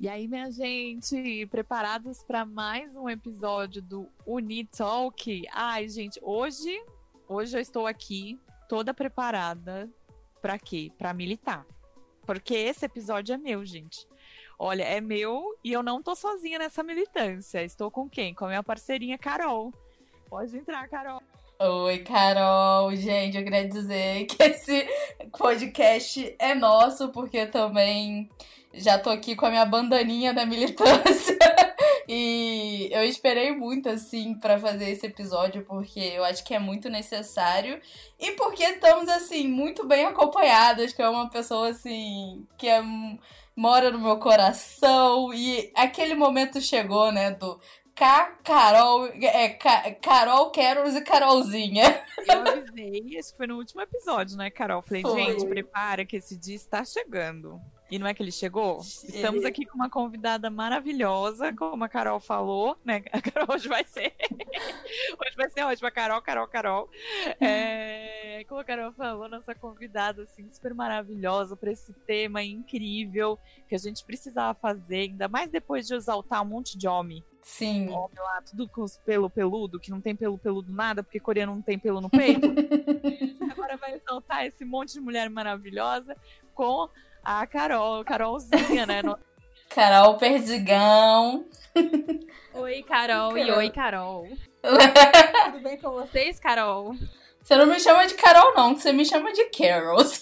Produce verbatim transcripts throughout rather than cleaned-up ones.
E aí, minha gente, preparados para mais um episódio do Unitalk? Ai, gente, hoje, hoje eu estou aqui toda preparada para quê? Para militar. Porque esse episódio é meu, gente. Olha, é meu e eu não tô sozinha nessa militância. Estou com quem? Com a minha parceirinha Carol. Pode entrar, Carol. Oi, Carol. Gente, eu queria dizer que esse podcast é nosso, porque também já tô aqui com a minha bandaninha da militância. E eu esperei muito, assim, pra fazer esse episódio, porque eu acho que é muito necessário. E porque estamos, assim, muito bem acompanhadas, que é uma pessoa, assim, que é, mora no meu coração. E aquele momento chegou, né, do... K, Carol, é, K, Carol, Carols e Carolzinha. Eu avisei, esse foi no último episódio, né, Carol? Falei, Foi. gente, prepara que esse dia está chegando. E não é que ele chegou? Estamos aqui com uma convidada maravilhosa, como a Carol falou, né? A Carol hoje vai ser... hoje vai ser ótima. Carol, Carol, Carol. É... Como a Carol falou, nossa convidada, assim, super maravilhosa para esse tema incrível que a gente precisava fazer, ainda mais depois de exaltar um monte de homem. Sim. Homem lá, tudo com os pelo peludo, que não tem pelo peludo nada, porque coreano não tem pelo no peito. Agora vai exaltar esse monte de mulher maravilhosa com a Carol, Carolzinha, né? No... Carol Perdigão. Oi, Carol, Carol. E oi, Carol. Tudo bem com vocês, Carol? Você não me chama de Carol, não, que você me chama de Carols.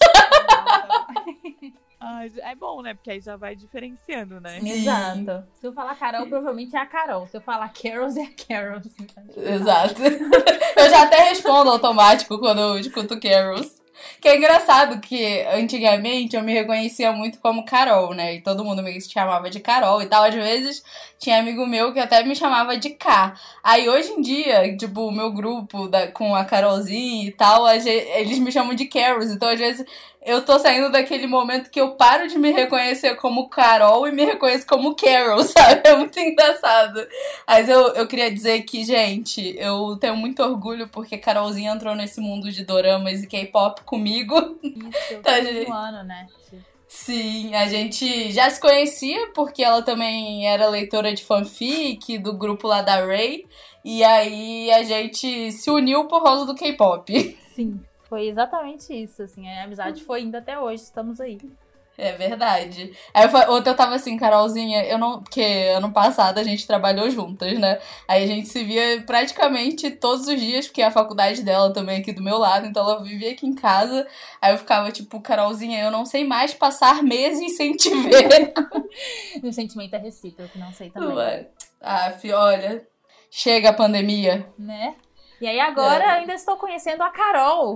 Ah, é bom, né? Porque aí já vai diferenciando, né? Sim. Exato. Se eu falar Carol, provavelmente é a Carol. Se eu falar Carols, é a Carols. Exato. Eu já até respondo automático quando eu escuto Carols. Que é engraçado que antigamente eu me reconhecia muito como Carol, né? E todo mundo me chamava de Carol e tal. Às vezes tinha amigo meu que até me chamava de K. Aí hoje em dia, tipo, o meu grupo da, com a Carolzinha e tal, eles me chamam de Carols. Então às vezes eu tô saindo daquele momento que eu paro de me reconhecer como Carol e me reconheço como Carol, sabe? É muito engraçado. Mas eu, eu queria dizer que, gente, eu tenho muito orgulho porque Carolzinha entrou nesse mundo de doramas e K-pop comigo. Isso, então, a gente... um ano, né? Sim, a gente já se conhecia porque ela também era leitora de fanfic do grupo lá da Ray. E aí a gente se uniu por causa do K-pop. Sim. Foi exatamente isso, assim, a amizade foi indo até hoje, estamos aí. É verdade. Aí eu, ontem eu tava assim, Carolzinha, eu não... Porque ano passado a gente trabalhou juntas, né? Aí a gente se via praticamente todos os dias, porque a faculdade dela também é aqui do meu lado, então ela vivia aqui em casa. Aí eu ficava tipo, Carolzinha, eu não sei mais passar meses sem te ver. Meu sentimento é recíproco, não sei também. Ué. Ah, fi, olha, chega a pandemia. Né? E aí agora é. ainda estou conhecendo a Carol.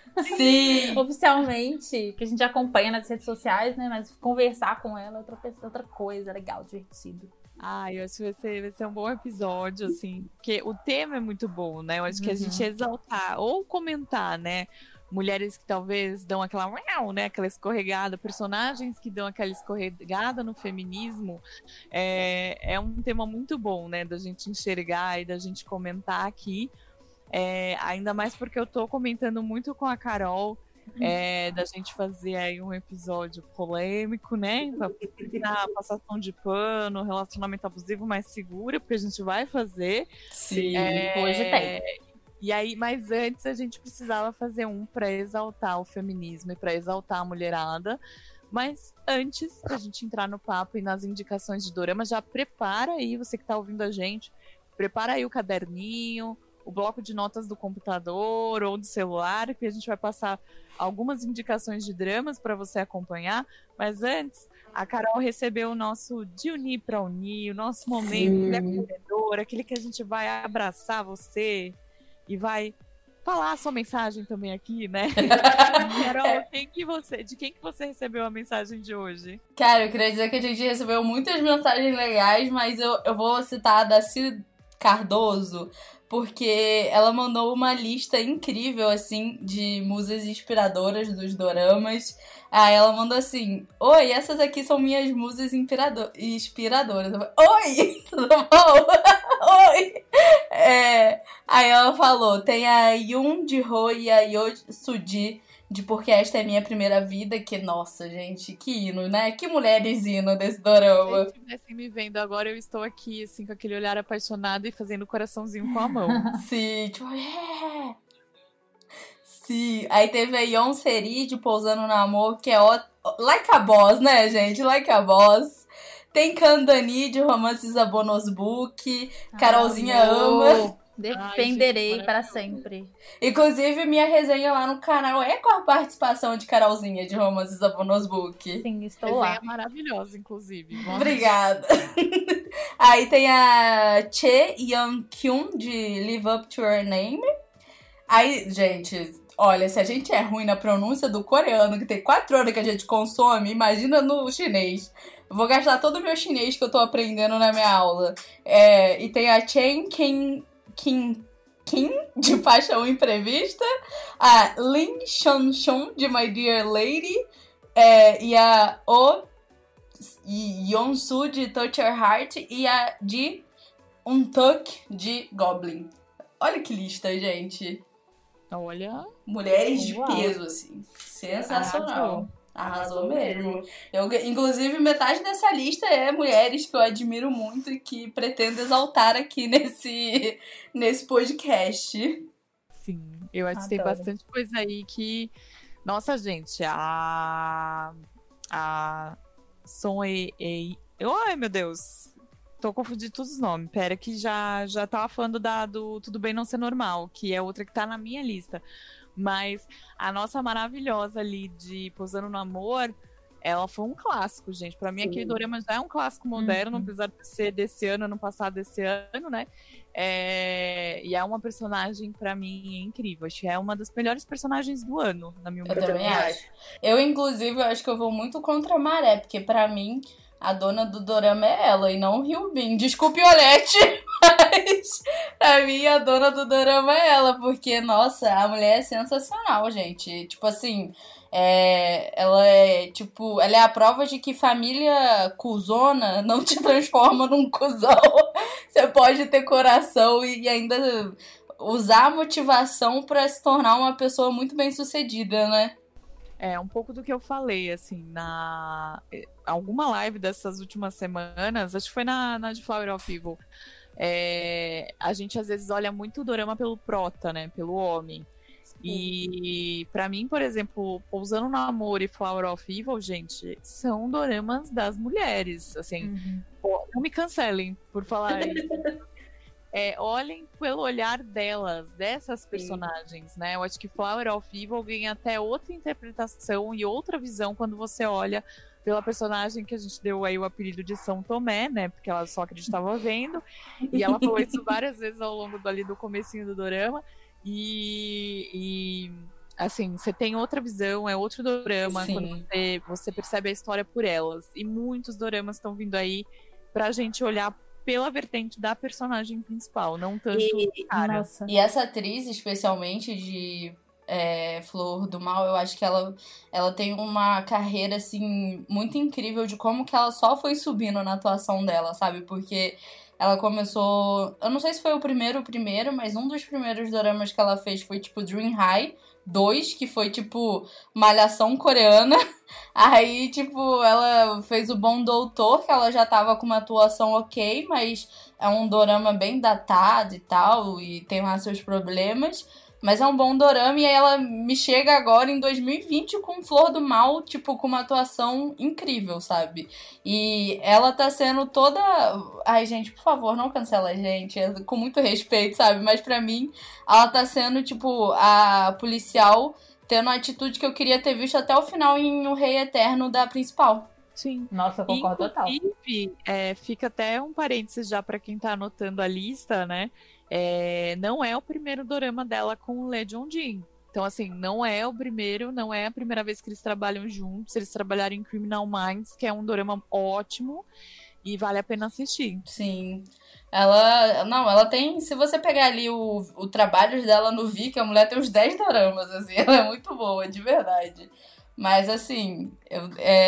Sim. Oficialmente, que a gente acompanha nas redes sociais, né? Mas conversar com ela é outra, pessoa, outra coisa, legal, divertido. Ah, eu acho que vai ser, vai ser um bom episódio, assim, porque o tema é muito bom, né? Eu acho que a gente exaltar ou comentar, né? Mulheres que talvez dão aquela, né? Aquela escorregada, personagens que dão aquela escorregada no feminismo, é, é um tema muito bom, né? Da gente enxergar e da gente comentar aqui. É, ainda mais porque eu tô comentando muito com a Carol é, da gente fazer aí um episódio polêmico, né? Pra passação de pano, relacionamento abusivo mais seguro, porque a gente vai fazer. Sim, é, hoje tem. E aí, mas antes a gente precisava fazer um para exaltar o feminismo e para exaltar a mulherada. Mas antes da gente entrar no papo e nas indicações de dorama, já prepara aí, você que tá ouvindo a gente, prepara aí o caderninho, o bloco de notas do computador ou do celular, que a gente vai passar algumas indicações de dramas para você acompanhar. Mas antes, a Carol recebeu o nosso de unir para unir, o nosso momento de acolhedor, aquele que a gente vai abraçar você e vai falar a sua mensagem também aqui, né? Carol, quem que você, de quem que você recebeu a mensagem de hoje? Cara, eu queria dizer que a gente recebeu muitas mensagens legais, mas eu, eu vou citar a da Cid Cardoso, porque ela mandou uma lista incrível, assim, de musas inspiradoras dos doramas. Aí ela mandou assim: oi, essas aqui são minhas musas inspirado- inspiradoras. Eu falei, oi, tudo bom? Oi. É, aí ela falou: tem a Yoon Ji-ho e a Yo Suji, de Porque Esta é Minha Primeira Vida, que, nossa, gente, que hino, né? Que mulheres hino desse dorama. Se estivessem me vendo agora, eu estou aqui, assim, com aquele olhar apaixonado e fazendo coraçãozinho com a mão. Sim, tipo, é... Sim, aí teve a Yon Seri de Pousando no Amor, que é ó... like a boss, né, gente? Like a boss. Tem Kandani de Romances a Bonus Book. Carolzinha Amor. ama. Defenderei Ai, para gente, sempre. Inclusive, minha resenha lá no canal é com a participação de Carolzinha de Romances a Bonus Book. Sim, estou Resenha lá. maravilhosa, inclusive. Vamos Obrigada. Aí tem a Che Young-kyun de Live Up to Your Name. Aí, gente, olha, se a gente é ruim na pronúncia do coreano, que tem quatro anos que a gente consome, imagina no chinês. Eu vou gastar todo o meu chinês que eu tô aprendendo na minha aula. É, e tem a Chen Kim, Kim, Kim, de Paixão Imprevista. A Lin Shun de My Dear Lady. É, e a O Yeonsu de Touch Your Heart. E a de Untuck de Goblin. Olha que lista, gente. Olha. Mulheres de Uau. peso, assim. Sensacional. Arrasou. Arrasou mesmo. Eu, inclusive, metade dessa lista é mulheres que eu admiro muito e que pretendo exaltar aqui nesse, nesse podcast. Sim, eu acho que tem Adoro. bastante coisa aí que. Nossa, gente, a. A. Son e. e... Ai, meu Deus. Tô confundindo todos os nomes. Pera, que já, já tava falando da, do Tudo Bem Não Ser Normal, que é outra que tá na minha lista. Mas a nossa maravilhosa ali de Pousando no Amor, ela foi um clássico, gente. Pra mim, Sim. aquele dorama já é um clássico moderno, Uhum. apesar de ser desse ano, ano passado desse ano, né? É... E é uma personagem, pra mim, incrível. Acho que é uma das melhores personagens do ano, na minha Eu opinião. também acho. Eu, inclusive, eu acho que eu vou muito contra a maré, porque pra mim, a dona do dorama é ela e não o Hyun-bin. Desculpe, Olete, mas pra mim, a dona do dorama é ela, porque, nossa, a mulher é sensacional, gente. Tipo assim, é, ela é, tipo, ela é a prova de que família cuzona não te transforma num cuzão. Você pode ter coração e ainda usar a motivação pra se tornar uma pessoa muito bem sucedida, né? É um pouco do que eu falei, assim, na alguma live dessas últimas semanas, acho que foi na, na de Flower of Evil. É, a gente às vezes olha muito o dorama pelo prota, né? Pelo homem. E pra mim, por exemplo, Pousando no Amor e Flower of Evil, gente, são doramas das mulheres. Assim, Uhum. pô, não me cancelem por falar isso. É, olhem pelo olhar delas, dessas personagens, né? Eu acho que Flower of Evil ganha até outra interpretação e outra visão quando você olha pela personagem que a gente deu aí o apelido de São Tomé, né? Porque ela só acreditava vendo. E ela falou isso várias vezes ao longo do, ali do comecinho do dorama. E, e assim, você tem outra visão, é outro dorama Sim. quando você, você percebe a história por elas. E muitos doramas estão vindo aí pra gente olhar pela vertente da personagem principal, não tanto E, cara. nossa. E essa atriz, especialmente de é, Flor do Mal, eu acho que ela, ela tem uma carreira, assim, muito incrível de como que ela só foi subindo na atuação dela, sabe? Porque ela começou... Eu não sei se foi o primeiro o primeiro, mas um dos primeiros doramas que ela fez foi, tipo, Dream High dois, que foi, tipo, malhação coreana. Aí, tipo, ela fez o Bom Doutor, que ela já tava com uma atuação ok, mas é um dorama bem datado e tal, e tem lá seus problemas. Mas é um bom dorama, e aí ela me chega agora em dois mil e vinte com Flor do Mal, tipo, com uma atuação incrível, sabe? E ela tá sendo toda... Ai, gente, por favor, não cancela a gente, é com muito respeito, sabe? Mas pra mim, ela tá sendo, tipo, a policial tendo a atitude que eu queria ter visto até o final em O Rei Eterno da principal. Sim. Nossa, eu concordo total. Inclusive, é, fica até um parênteses já pra quem tá anotando a lista, né? É, não é o primeiro dorama dela com o Lee Jong-jin. Então, assim, não é o primeiro, não é a primeira vez que eles trabalham juntos. Eles trabalharam em Criminal Minds, que é um dorama ótimo. E vale a pena assistir. Sim. Ela, não, ela tem, se você pegar ali o, o trabalho dela no Viki, a mulher tem uns dez doramas, assim, ela é muito boa, de verdade. Mas, assim, eu,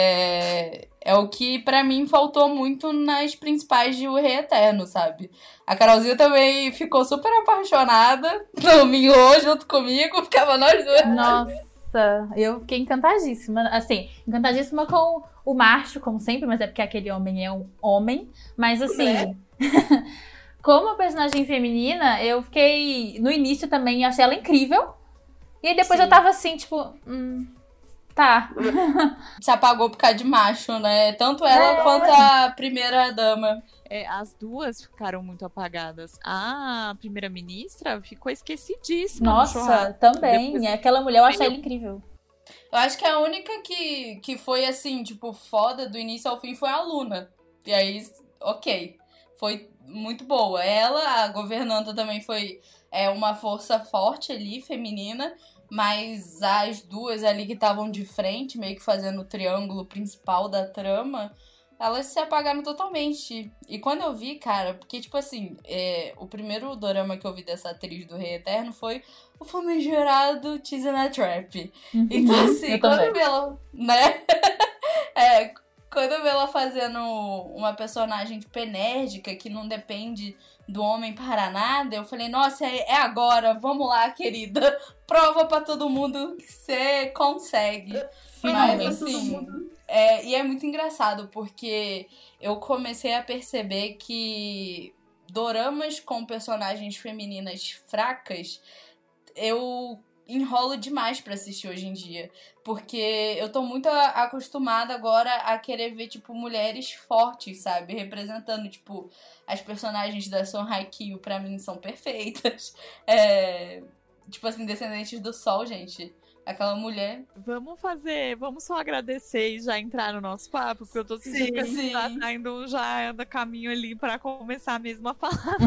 é, é o que pra mim faltou muito nas principais de O Rei Eterno, sabe? A Carolzinha também ficou super apaixonada, no Minho junto comigo, ficava nós duas. Nossa, eu fiquei encantadíssima. Assim, encantadíssima com o macho, como sempre, mas é porque aquele homem é um homem. Mas, assim, É. como a personagem feminina, eu fiquei, no início também, achei ela incrível. E aí depois Sim. eu tava assim, tipo, hum, tá. Se apagou por causa de macho, né? Tanto ela É. quanto a primeira dama. É, as duas ficaram muito apagadas. A primeira-ministra ficou esquecidíssima no Nossa, churrasco. também. Depois- Aquela mulher eu achei ela incrível. Eu acho que a única que, que foi, assim, tipo, foda do início ao fim foi a Luna. E aí, ok. Foi muito boa. Ela, a governanta também foi é, uma força forte ali, feminina. Mas as duas ali que estavam de frente, meio que fazendo o triângulo principal da trama, elas se apagaram totalmente. E quando eu vi, cara, porque, tipo assim, é, o primeiro dorama que eu vi dessa atriz do Rei Eterno foi o famigerado Tease and a Trap. Então, assim, Eu quando também. eu vi ela, né? é, quando eu vi ela fazendo uma personagem, tipo, enérgica, que não depende do homem para nada, eu falei, nossa, é, é agora, vamos lá, querida. Prova pra todo mundo que você consegue. Mas, assim, é, e é muito engraçado, porque eu comecei a perceber que doramas com personagens femininas fracas, eu enrolo demais pra assistir hoje em dia. Porque eu tô muito a- acostumada agora a querer ver, tipo, mulheres fortes, sabe? Representando, tipo, as personagens da Son Hye-kyo, pra mim, são perfeitas. É, tipo assim, Descendentes do Sol, gente. Aquela mulher. Vamos fazer, vamos só agradecer e já entrar no nosso papo, porque eu tô sentindo Sim, que a gente tá sim. tá indo já da caminho ali pra começar mesmo a falar.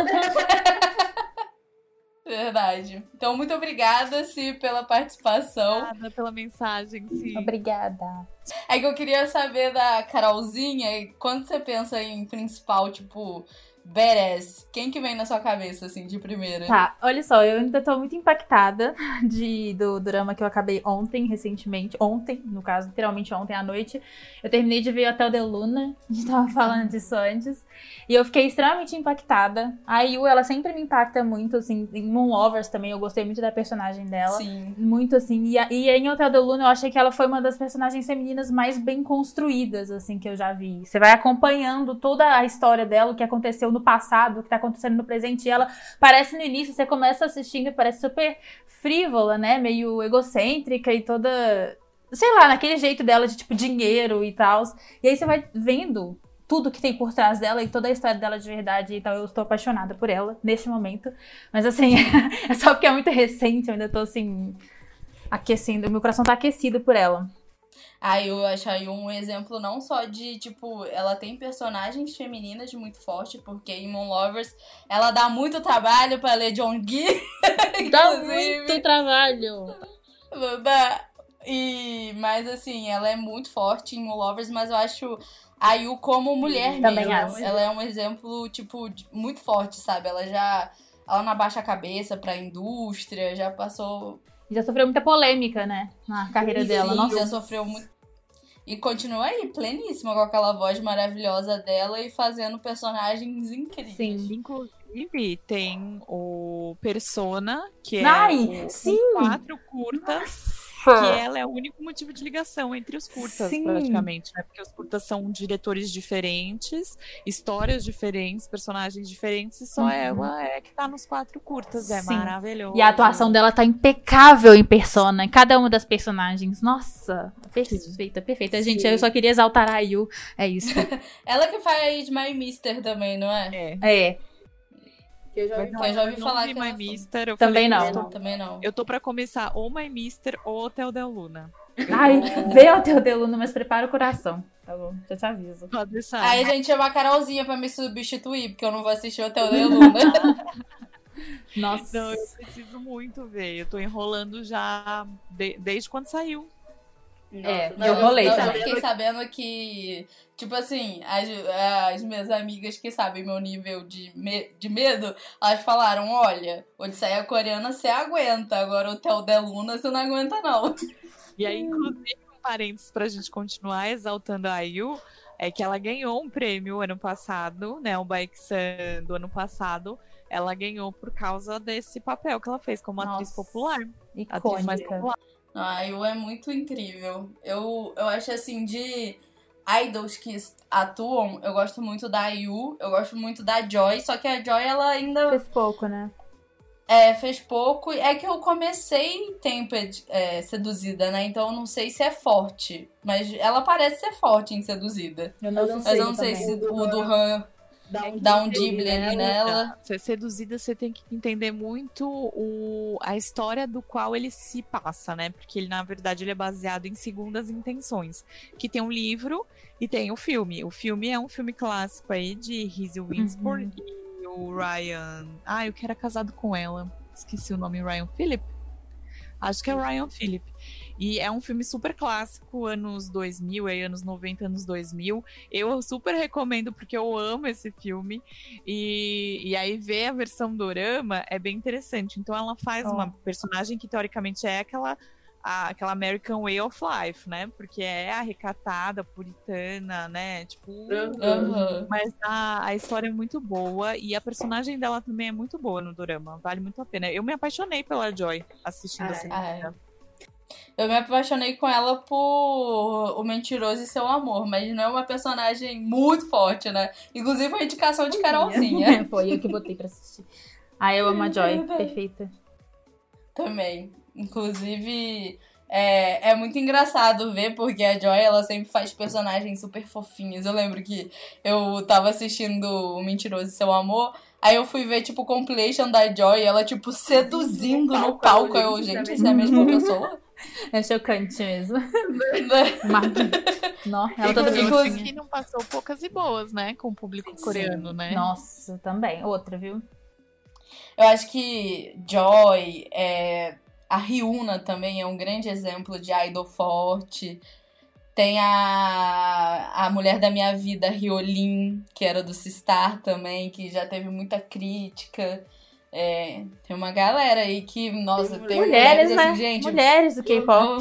Verdade. Então, muito obrigada, Si, pela participação. Obrigada pela mensagem, sim. Obrigada. É que eu queria saber da Carolzinha, quando você pensa em principal, tipo, badass, quem que vem na sua cabeça, assim, de primeira? Tá, olha só, eu ainda tô muito impactada de, do drama que eu acabei ontem, recentemente. Ontem, no caso, literalmente ontem à noite. Eu terminei de ver Hotel de Luna, a gente tava falando disso antes. E eu fiquei extremamente impactada. A Yu, ela sempre me impacta muito, assim. Em Moon Lovers também, eu gostei muito da personagem dela. Sim. Muito, assim. E, a- e em Hotel de Luna, eu achei que ela foi uma das personagens femininas mais bem construídas, assim, que eu já vi. Você vai acompanhando toda a história dela, o que aconteceu no passado, o que tá acontecendo no presente. E ela parece no início, você começa assistindo e parece super frívola, né? Meio egocêntrica e toda... Sei lá, naquele jeito dela de, tipo, dinheiro e tal. E aí você vai vendo tudo que tem por trás dela e toda a história dela de verdade. Então eu estou apaixonada por ela neste momento. Mas assim, é só porque é muito recente, eu ainda tô assim, aquecendo. Meu coração tá aquecido por ela. Aí eu acho aí um exemplo não só de, tipo, ela tem personagens femininas muito forte, porque em Moon Lovers ela dá muito trabalho pra ler Jong-gi. Dá inclusive. muito trabalho. Dá. E, mas assim, ela é muito forte em Moon Lovers, mas eu acho a Yu como mulher Também mesmo. acho. Ela é um exemplo, tipo, de- muito forte, sabe? Ela já... Ela não abaixa a cabeça pra indústria, já passou... Já sofreu muita polêmica, né? Na carreira dela. Sim, Nossa. já sofreu muito. E continua aí, pleníssima, com aquela voz maravilhosa dela e fazendo personagens incríveis. Sim. Inclusive, tem o Persona, que é Ai, o, sim! com quatro curtas, que ela é o único motivo de ligação entre os curtas, Sim. praticamente, né? Porque os curtas são diretores diferentes, histórias diferentes, personagens diferentes, e só Uhum. ela é que tá nos quatro curtas. É Sim. maravilhoso. E a atuação dela tá impecável em Persona, em cada uma das personagens. Nossa, perfeita, perfeita. Sim. Gente, eu só queria exaltar a Yu. É isso. Ela que faz My Mister também, não é? É. É. Que eu já ouvi, Não, que eu já ouvi eu não falar vi que My ela Mister, eu Também falei que não. eu foi. estou- Não, também não. Eu tô pra começar ou My Mister ou Hotel Del Luna. Ai, vê o teu Deluna, mas prepara o coração. Tá bom? Já te aviso. Pode deixar. Aí a gente chama a Carolzinha pra me substituir, porque eu não vou assistir o Hotel de Luna. Nossa. Não, eu preciso muito ver. Eu tô enrolando já de- desde quando saiu. É, Não, eu rolei eu, também. eu fiquei sabendo que, tipo assim, as, as minhas amigas que sabem meu nível de, me, de medo, elas falaram, olha, Odisseia Coreana você aguenta, agora o Hotel de Luna você não aguenta não. E aí, inclusive, um parênteses pra gente continuar exaltando a IU, é que ela ganhou um prêmio ano passado, né, o Baeksan do ano passado, ela ganhou por causa desse papel que ela fez como atriz Nossa, popular, atriz mais icônica. popular. A IU é muito incrível. Eu, eu acho assim, de idols que atuam, eu gosto muito da IU, eu gosto muito da Joy, só que a Joy, ela ainda Fez pouco, né? é, fez pouco. É que eu comecei Tempted é, Seduzida, né? Então eu não sei se é forte. Mas ela parece ser forte em Seduzida. Eu não, Eu não Mas sei eu não sei também. se o Duran Dá um, dá um dible dible ali nela. Ser seduzida, você tem que entender muito o, a história do qual ele se passa, né? Porque ele, na verdade, ele é baseado em Segundas Intenções, que tem um livro e tem o filme. O filme é um filme clássico aí de Reese Witherspoon Uhum. e o Ryan... Ah, eu que era casado com ela. Esqueci o nome, Ryan Phillip? Acho que é Ryan Phillip. E é um filme super clássico, anos dois mil, aí, anos noventa, anos dois mil. Eu super recomendo porque eu amo esse filme. E, e aí ver a versão dorama é bem interessante. Então ela faz Oh. uma personagem que teoricamente é aquela, a- aquela American Way of Life, né? Porque é a recatada, puritana, né? Tipo... Uhum. Mas a, a história é muito boa e a personagem dela também é muito boa no dorama. Vale muito a pena. Eu me apaixonei pela Joy assistindo Ai. essa Ai. vida. Eu me apaixonei com ela por O Mentiroso e Seu Amor, mas não é uma personagem muito forte, né? Inclusive foi indicação de Carolzinha Foi eu que botei pra assistir. Ah, eu amo a Joy, perfeita. também. Inclusive, é, é muito engraçado ver, porque a Joy, ela sempre faz personagens super fofinhos. Eu lembro que eu tava assistindo O Mentiroso e Seu Amor, aí eu fui ver, tipo, o compilation da Joy, ela, tipo, seduzindo no palco. Aí eu, gente, isso é a mesma pessoa? É chocante mesmo. Mar... Não, ela toda Inclusive- Inclusive, bonitinha. que não passou poucas e boas, né? Com o público coreano, né? Nossa, também. Outra, viu? Eu acho que Joy, é, a Hyuna também é um grande exemplo de idol forte. Tem a, a mulher da minha vida, Hyolyn, que era do Sistar também, que já teve muita crítica. É, tem uma galera aí que, nossa, tem Mulheres, mulheres né? assim, gente. Mulheres do K-pop.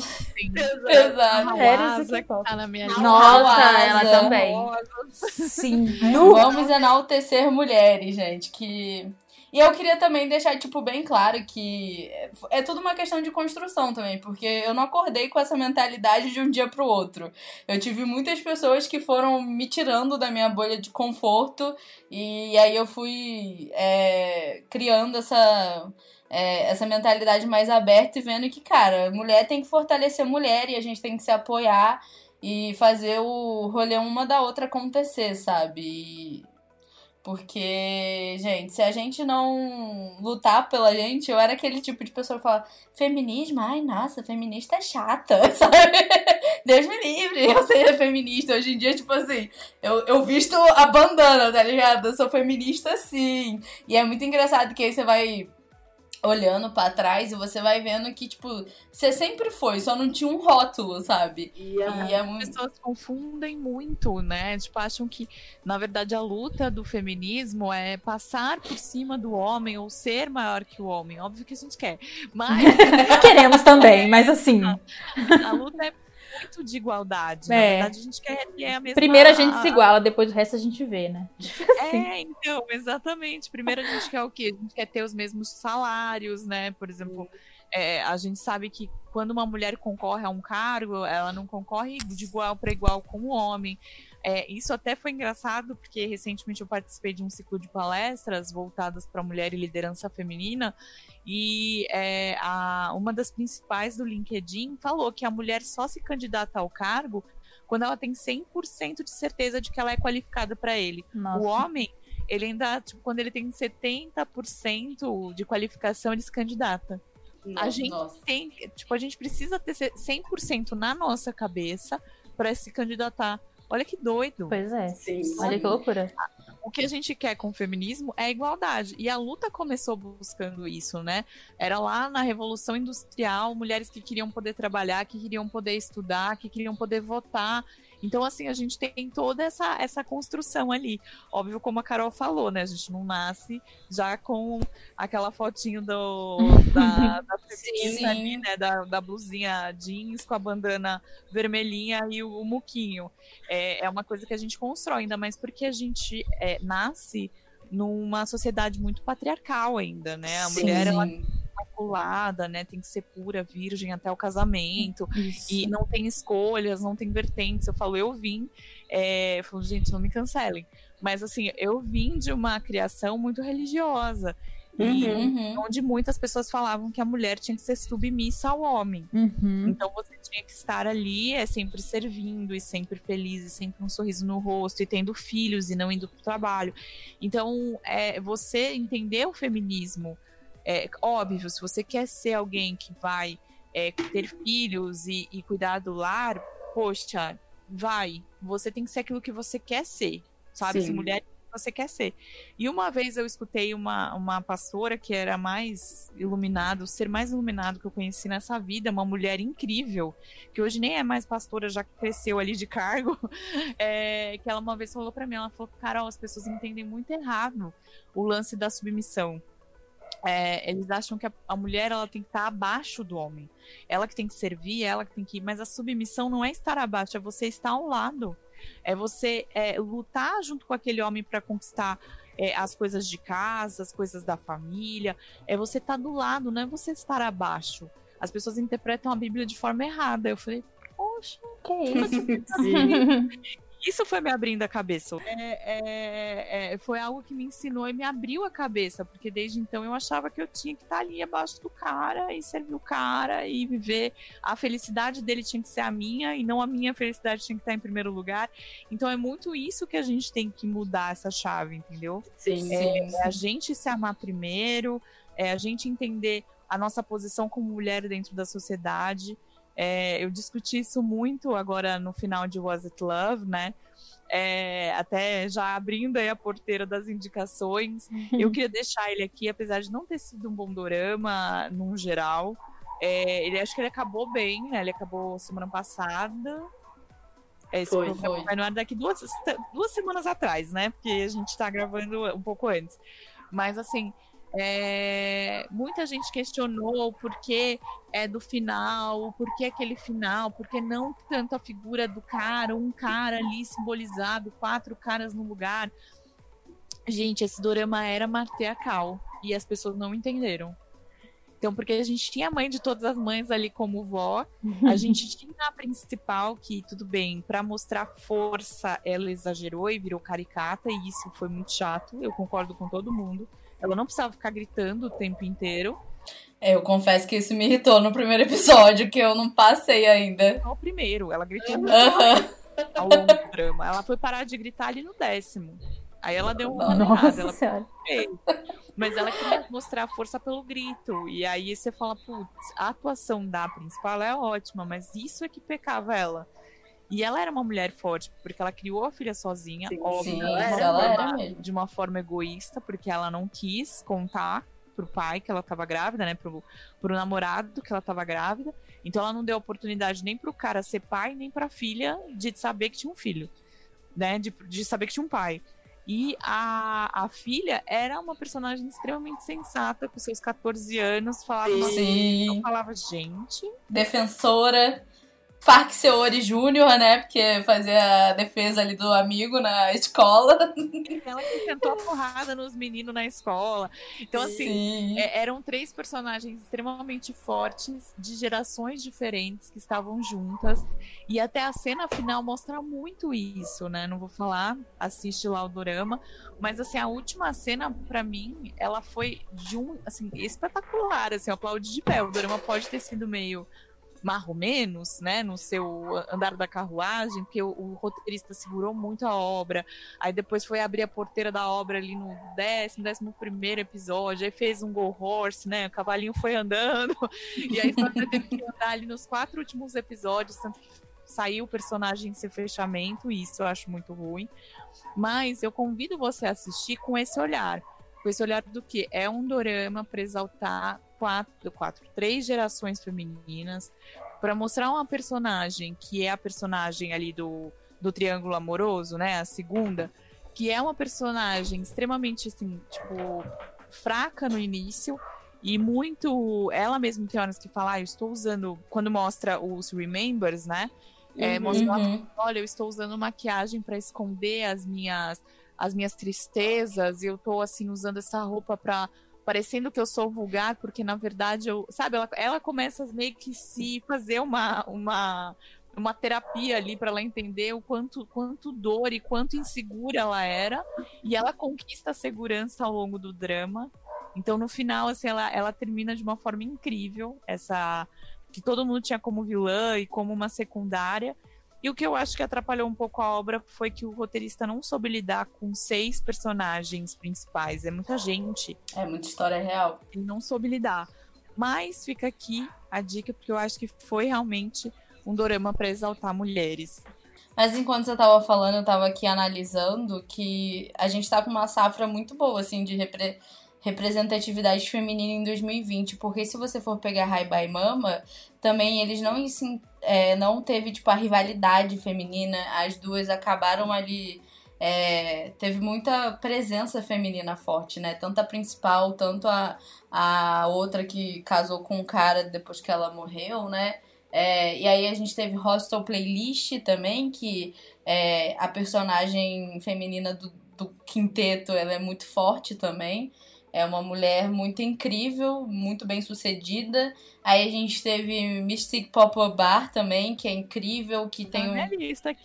Exato. Mulheres do Asa, que K-pop. tá na minha lista. Nossa, Asa. ela também. Sim. Vamos enaltecer mulheres, gente, que... E eu queria também deixar, tipo, bem claro que é tudo uma questão de construção também, porque eu não acordei com essa mentalidade de um dia pro outro. Eu tive muitas pessoas que foram me tirando da minha bolha de conforto, e aí eu fui é, criando essa... É, essa mentalidade mais aberta e vendo que, cara, mulher tem que fortalecer mulher e a gente tem que se apoiar e fazer o rolê uma da outra acontecer, sabe? E... Porque, gente, se a gente não lutar pela gente, eu era aquele tipo de pessoa que fala, feminismo? Ai, nossa, feminista é chata, sabe? Deus me livre, eu ser feminista. Hoje em dia, tipo assim, eu, eu visto a bandana, tá ligado? Eu sou feminista sim. E é muito engraçado que aí você vai olhando pra trás e você vai vendo que, tipo, você sempre foi, só não tinha um rótulo, sabe? E a- E é As muito... pessoas confundem muito, né? Tipo, acham que, na verdade, a luta do feminismo é passar por cima do homem ou ser maior que o homem. Óbvio que a gente quer. Mas Queremos também, mas assim. a luta é muito de igualdade. Na É. verdade, a gente quer ter a mesma... Primeiro a gente se iguala, depois o resto a gente vê, né? É, então, exatamente. Primeiro a gente quer o quê? A gente quer ter os mesmos salários, né? Por exemplo, é, a gente sabe que quando uma mulher concorre a um cargo, ela não concorre de igual para igual com o homem. É, isso até foi engraçado, porque recentemente eu participei de um ciclo de palestras voltadas para mulher e liderança feminina, e é, a, uma das principais do LinkedIn falou que a mulher só se candidata ao cargo quando ela tem cem por cento de certeza de que ela é qualificada para ele. Nossa. O homem, ele ainda, tipo, quando ele tem setenta por cento de qualificação, ele se candidata. A gente Nossa. tem, tipo, a gente precisa ter cem por cento na nossa cabeça para se candidatar. Olha que doido. Pois é. Sim. Olha que loucura. o que a gente quer com o feminismo é igualdade. E a luta começou buscando isso, né? Era lá na Revolução Industrial, mulheres que queriam poder trabalhar, que queriam poder estudar, que queriam poder votar. Então, assim, a gente tem toda essa, essa construção ali. Óbvio, como a Carol falou, né? A gente não nasce já com aquela fotinho do, da, da feminista ali, né? Da, da blusinha jeans com a bandana vermelhinha e o, o muquinho. É, é uma coisa que a gente constrói, ainda mais porque a gente é, nasce numa sociedade muito patriarcal ainda, né? A Sim, mulher, sim. ela imaculada, né? Tem que ser pura, virgem até o casamento. Isso. E não tem escolhas, não tem vertentes. Eu falo, eu vim, é, eu falo, gente, não me cancelem. Mas assim, eu vim de uma criação muito religiosa. E Uhum. onde muitas pessoas falavam que a mulher tinha que ser submissa ao homem. Uhum. Então você tinha que estar ali, é sempre servindo, e sempre feliz, e sempre um sorriso no rosto, e tendo filhos, e não indo pro trabalho. Então, é, você entender o feminismo, é óbvio, se você quer ser alguém que vai é, ter filhos e, e cuidar do lar, poxa, vai. Você tem que ser aquilo que você quer ser, sabe? Sim. Se mulher você quer ser. E uma vez eu escutei uma, uma pastora que era mais iluminada, o ser mais iluminado que eu conheci nessa vida, uma mulher incrível, que hoje nem é mais pastora, já cresceu ali de cargo, é, que ela uma vez falou pra mim, ela falou, Carol, as pessoas entendem muito errado o lance da submissão. É, eles acham que a, a mulher ela tem que estar abaixo do homem. Ela que tem que servir, ela que tem que ir. Mas a submissão não é estar abaixo, é você estar ao lado. É você é, lutar junto com aquele homem para conquistar é, as coisas de casa, as coisas da família. É você estar do lado, não é você estar abaixo. As pessoas interpretam a Bíblia de forma errada. Eu falei, poxa, Que isso? Sim. isso foi me abrindo a cabeça. É, é, é, foi algo que me ensinou e me abriu a cabeça, porque desde então eu achava que eu tinha que estar ali abaixo do cara e servir o cara e viver. A felicidade dele tinha que ser a minha e não a minha felicidade tinha que estar em primeiro lugar. Então é muito isso que a gente tem que mudar essa chave, entendeu? Sim. É, Sim. é a gente se amar primeiro, é a gente entender a nossa posição como mulher dentro da sociedade. É, eu discuti isso muito agora no final de Was It Love, né? É, até já abrindo aí a porteira das indicações. Eu queria deixar ele aqui, apesar de não ter sido um bom dorama, num geral. É, ele acho que ele acabou bem, né? Ele acabou semana passada. Esse Foi, programa foi. vai no ar daqui duas, duas semanas atrás, né? Porque a gente tá gravando um pouco antes. Mas assim. É, muita gente questionou o porquê é do final, o porquê aquele final, porque não tanto a figura do cara, um cara ali simbolizado, quatro caras no lugar. Gente, esse dorama era matriarcal e as pessoas não entenderam. Então, porque a gente tinha a mãe de todas as mães ali como vó, a gente tinha a principal que, tudo bem, pra mostrar força, ela exagerou e virou caricata, e isso foi muito chato, eu concordo com todo mundo. Ela não precisava ficar gritando o tempo inteiro. É, eu confesso que isso me irritou no primeiro episódio, que eu não passei ainda. Não o primeiro, ela gritou muito Aham. ao longo do drama. Ela foi parar de gritar ali no décimo. Aí ela deu uma errada, Nossa ela senhora. fez. Mas ela queria mostrar força pelo grito. E aí você fala, putz, a atuação da principal é ótima, mas isso é que pecava ela. E ela era uma mulher forte, porque ela criou a filha sozinha, Sim, óbvio, sim, de, uma isso ela forma, era mesmo. de uma forma egoísta, porque ela não quis contar pro pai que ela estava grávida, né, pro, pro namorado que ela estava grávida. Então ela não deu oportunidade nem pro cara ser pai, nem pra filha de saber que tinha um filho, né, de, de saber que tinha um pai. E a, a filha era uma personagem extremamente sensata, com seus catorze anos, falava uma coisa que eu Sim. falava, gente, Defensora. Park Seori Júnior, né? Porque fazia a defesa ali do amigo na escola. ela que tentou a porrada nos meninos na escola. Então, assim, Sim. é- eram três personagens extremamente fortes, de gerações diferentes, que estavam juntas. E até a cena final mostra muito isso, né? Não vou falar, assiste lá o dorama. Mas, assim, a última cena, pra mim, ela foi de um, assim, espetacular. Assim, eu aplaudi de pé. O dorama pode ter sido meio mais ou menos, né, no seu andar da carruagem, porque o, o roteirista segurou muito a obra, aí depois foi abrir a porteira da obra ali no décimo, décimo primeiro episódio, aí fez um go horse, né, o cavalinho foi andando, e aí só teve que andar ali nos quatro últimos episódios, tanto que sair o personagem sem fechamento, e isso eu acho muito ruim. Mas eu convido você a assistir com esse olhar. Com esse olhar do que é um dorama para exaltar quatro, quatro, três gerações femininas, para mostrar uma personagem que é a personagem ali do, do triângulo amoroso, né? A segunda, que é uma personagem extremamente, assim, tipo, fraca no início e muito... Ela mesma tem horas que fala, ah, eu estou usando... Quando mostra os Remembers, né? É, Uhum. mostra, uhum. Olha, eu estou usando maquiagem para esconder as minhas, as minhas tristezas e eu tô, assim, usando essa roupa para... parecendo que eu sou vulgar, porque na verdade eu... Sabe, ela, ela começa meio que se fazer uma... uma uma terapia ali para ela entender o quanto, quanto dor e quanto insegura ela era, e ela conquista a segurança ao longo do drama. Então no final, assim, ela, ela termina de uma forma incrível, essa que todo mundo tinha como vilã e como uma secundária. E o que eu acho que atrapalhou um pouco a obra foi que o roteirista não soube lidar com seis personagens principais, é muita gente. É muita história real. Ele não soube lidar. Mas fica aqui a dica, porque eu acho que foi realmente um dorama para exaltar mulheres. Mas enquanto você tava falando, eu tava aqui analisando que a gente tá com uma safra muito boa, assim, de repre- representatividade feminina em dois mil e vinte, porque se você for pegar Hi Bye Mama, também eles não, assim, é, não teve, tipo, a rivalidade feminina, as duas acabaram ali... É, teve muita presença feminina forte, né? Tanto a principal, tanto a, a outra que casou com o cara depois que ela morreu, né? É, e aí a gente teve Hostel Playlist também, que é, a personagem feminina do, do quinteto, ela é muito forte também. É uma mulher muito incrível, muito bem sucedida. Aí a gente teve Mystic Pop-Up Bar também, que é incrível, que tem um... minha lista aqui.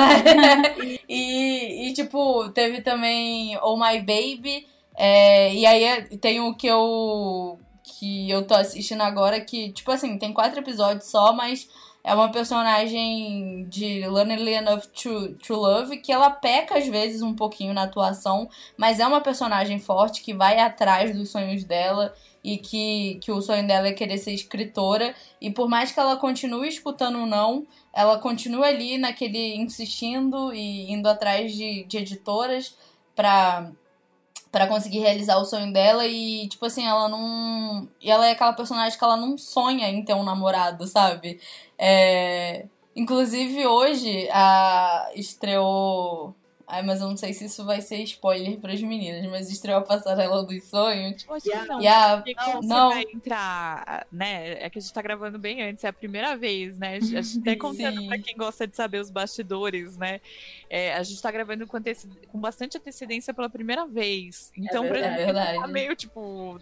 e, e, tipo, teve também Oh My Baby. É, e aí tem o que eu... que eu tô assistindo agora, que, tipo assim, tem quatro episódios só, mas é uma personagem de Lonely Enough to, to Love, que ela peca, às vezes, um pouquinho na atuação, mas é uma personagem forte, que vai atrás dos sonhos dela, e que, que o sonho dela é querer ser escritora, e por mais que ela continue escutando não, ela continua ali naquele, insistindo e indo atrás de, de editoras pra... pra conseguir realizar o sonho dela e, tipo assim, ela não... E ela é aquela personagem que ela não sonha em ter um namorado, sabe? É... Inclusive, hoje, a... estreou... Ai, mas eu não sei se isso vai ser spoiler pras meninas, mas estreou a Passarela dos Sonhos. Eu acho que não. E a... Não, não. Você vai entrar, né? É que a gente tá gravando bem antes, é a primeira vez, né? A gente até contando pra quem gosta de saber os bastidores, né? É, a gente tá gravando com, anteced... com bastante antecedência pela primeira vez. Então, é verdade, pra é verdade. tá meio tipo.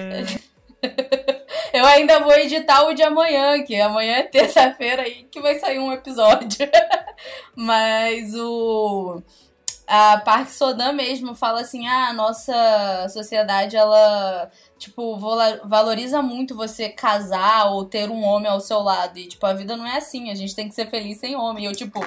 Eu ainda vou editar o de amanhã, que amanhã é terça-feira aí que vai sair um episódio. Mas o... A Park Sodan mesmo fala assim, ah, a nossa sociedade, ela, tipo, valoriza muito você casar ou ter um homem ao seu lado. E, tipo, a vida não é assim, a gente tem que ser feliz sem homem. E eu, tipo,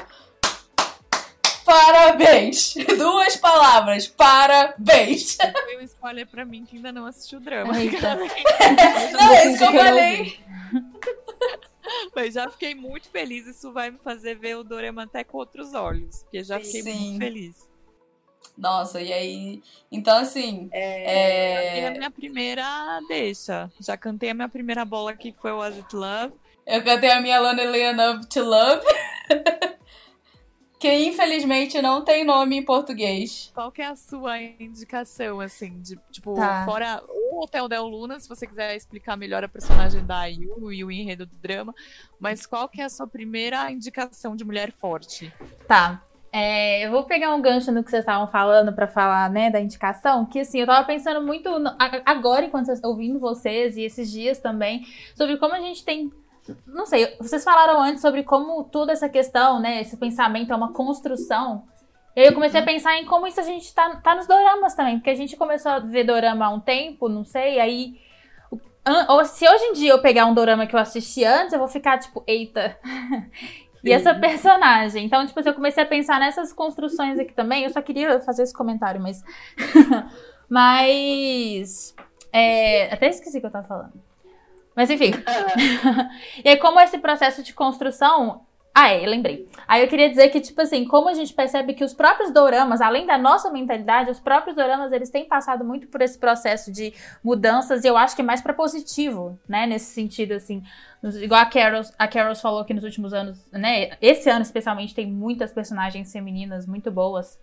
parabéns! Duas palavras, parabéns! Foi um spoiler pra mim que ainda não assistiu o drama. Não, é isso que eu falei. Mas já fiquei muito feliz. Isso vai me fazer ver o dorama até com outros olhos. Porque já fiquei Sim. muito feliz. Nossa, e aí... Então, assim... É... é a minha primeira deixa. Já cantei a minha primeira bola aqui, que foi o Was It Love. Eu cantei a minha Lonely Enough to Love. Que, infelizmente, não tem nome em português. Qual que é a sua indicação, assim? De, tipo, tá. fora o Hotel Del Luna, se você quiser explicar melhor a personagem da Ayu e o enredo do drama. Mas qual que é a sua primeira indicação de mulher forte? Tá. É, eu vou pegar um gancho no que vocês estavam falando pra falar, né, da indicação, que assim, eu tava pensando muito no, agora, enquanto eu ouvindo vocês, e esses dias também, sobre como a gente tem, não sei, vocês falaram antes sobre como toda essa questão, né, esse pensamento é uma construção, e aí eu comecei a pensar em como isso a gente tá, tá nos doramas também, porque a gente começou a ver dorama há um tempo, não sei, aí, ou se hoje em dia eu pegar um dorama que eu assisti antes, eu vou ficar tipo, eita... E essa personagem. Então, tipo, eu comecei a pensar nessas construções aqui também. Eu só queria fazer esse comentário, mas... mas... É... Até esqueci o que eu tava falando. Mas, enfim. E aí, como esse processo de construção... Ah, é, lembrei. Aí eu queria dizer que, tipo assim, como a gente percebe que os próprios doramas, além da nossa mentalidade, os próprios doramas, eles têm passado muito por esse processo de mudanças, e eu acho que mais pra positivo, né, nesse sentido, assim. Igual a Carol, a Carol falou que nos últimos anos, né, esse ano especialmente, tem muitas personagens femininas muito boas.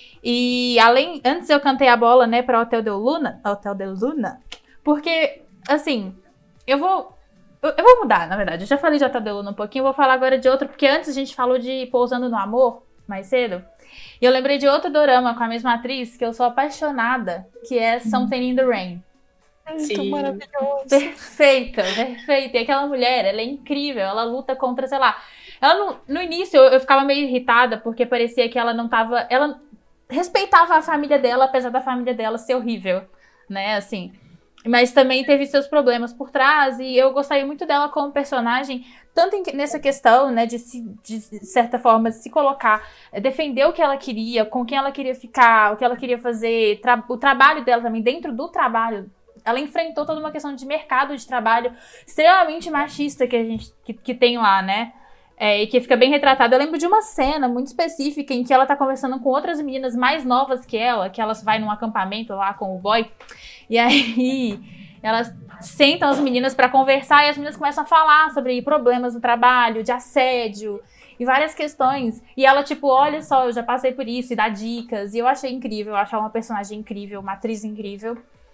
E além, antes eu cantei a bola, né, pra Hotel de Luna, Hotel de Luna, porque, assim, eu vou... Eu vou mudar, na verdade. Eu já falei de Hotel de Luna um pouquinho, eu vou falar agora de outro, porque antes a gente falou de Pousando no Amor, mais cedo. E eu lembrei de outro dorama com a mesma atriz, que eu sou apaixonada, que é Something in the Rain. Muito maravilhoso. Perfeita, perfeita. E aquela mulher, ela é incrível, ela luta contra, sei lá... Ela no, no início eu, eu ficava meio irritada, porque parecia que ela não tava... Ela respeitava a família dela, apesar da família dela ser horrível, né, assim... Mas também teve seus problemas por trás, e eu gostei muito dela como personagem, tanto em, nessa questão, né, de, se, de certa forma, se colocar, defender o que ela queria, com quem ela queria ficar, o que ela queria fazer, tra- o trabalho dela também, dentro do trabalho. Ela enfrentou toda uma questão de mercado de trabalho extremamente machista que a gente que, que tem lá, né? É, e que fica bem retratado. Eu lembro de uma cena muito específica em que ela tá conversando com outras meninas mais novas que ela, que elas vai num acampamento lá com o boy, e aí elas sentam as meninas pra conversar e as meninas começam a falar sobre problemas no trabalho, de assédio e várias questões. E ela, tipo, olha só, eu já passei por isso, e dá dicas. E eu achei incrível, eu achei uma personagem incrível, uma atriz incrível.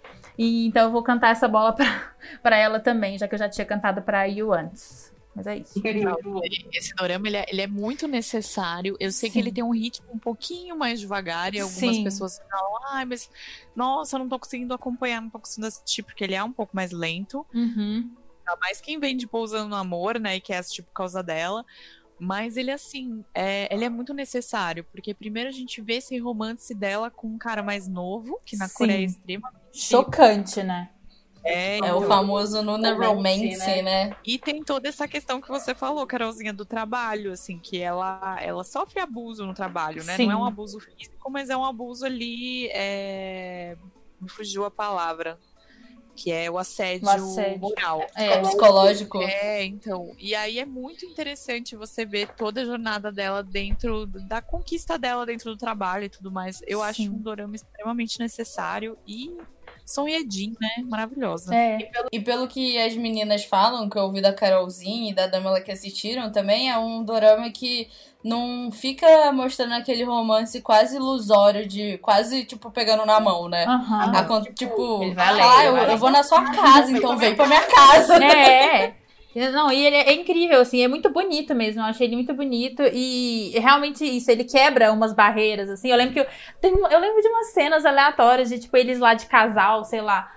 E então eu vou cantar essa bola pra, pra ela também, já que eu já tinha cantado pra Yu antes. Mas é isso. Esse dorama, ele é, ele é muito necessário. Eu sei Sim. que ele tem um ritmo um pouquinho mais devagar, e algumas Sim. pessoas falam, ai, mas nossa, eu não tô conseguindo acompanhar, não tô conseguindo assistir, porque ele é um pouco mais lento. Uhum. Ainda mais quem vem de Pousando no Amor, né, e quer assistir por causa dela. Mas ele, assim, é, ele é muito necessário, porque primeiro a gente vê esse romance dela com um cara mais novo, que na Sim. Coreia é extremamente... Chocante, né? É, É o então, famoso Nuna Romance, Romance, né? e tem toda essa questão que você falou, Carolzinha, do trabalho, assim, que ela, ela sofre abuso no trabalho, né? Sim. Não é um abuso físico, mas é um abuso ali, é... me fugiu a palavra, que é o assédio, O assédio. moral. É. Psicológico. É, então, e aí é muito interessante você ver toda a jornada dela dentro da conquista dela dentro do trabalho e tudo mais. Eu Sim. acho um dorama extremamente necessário e Son Ye-jin, né? Maravilhosa. É. E pelo que as meninas falam, que eu ouvi da Carolzinha e da Damela que assistiram, também é um dorama que não fica mostrando aquele romance quase ilusório de quase, tipo, pegando na mão, né? Aham. Acon- tipo, ele vai ah, além, eu, vai além. eu vou na sua casa, então vem pra minha casa. É. Não, e ele é incrível, assim, é muito bonito mesmo, eu achei ele muito bonito e realmente isso, ele quebra umas barreiras, assim, eu lembro que eu, tem, eu lembro de umas cenas aleatórias de, tipo, eles lá de casal, sei lá,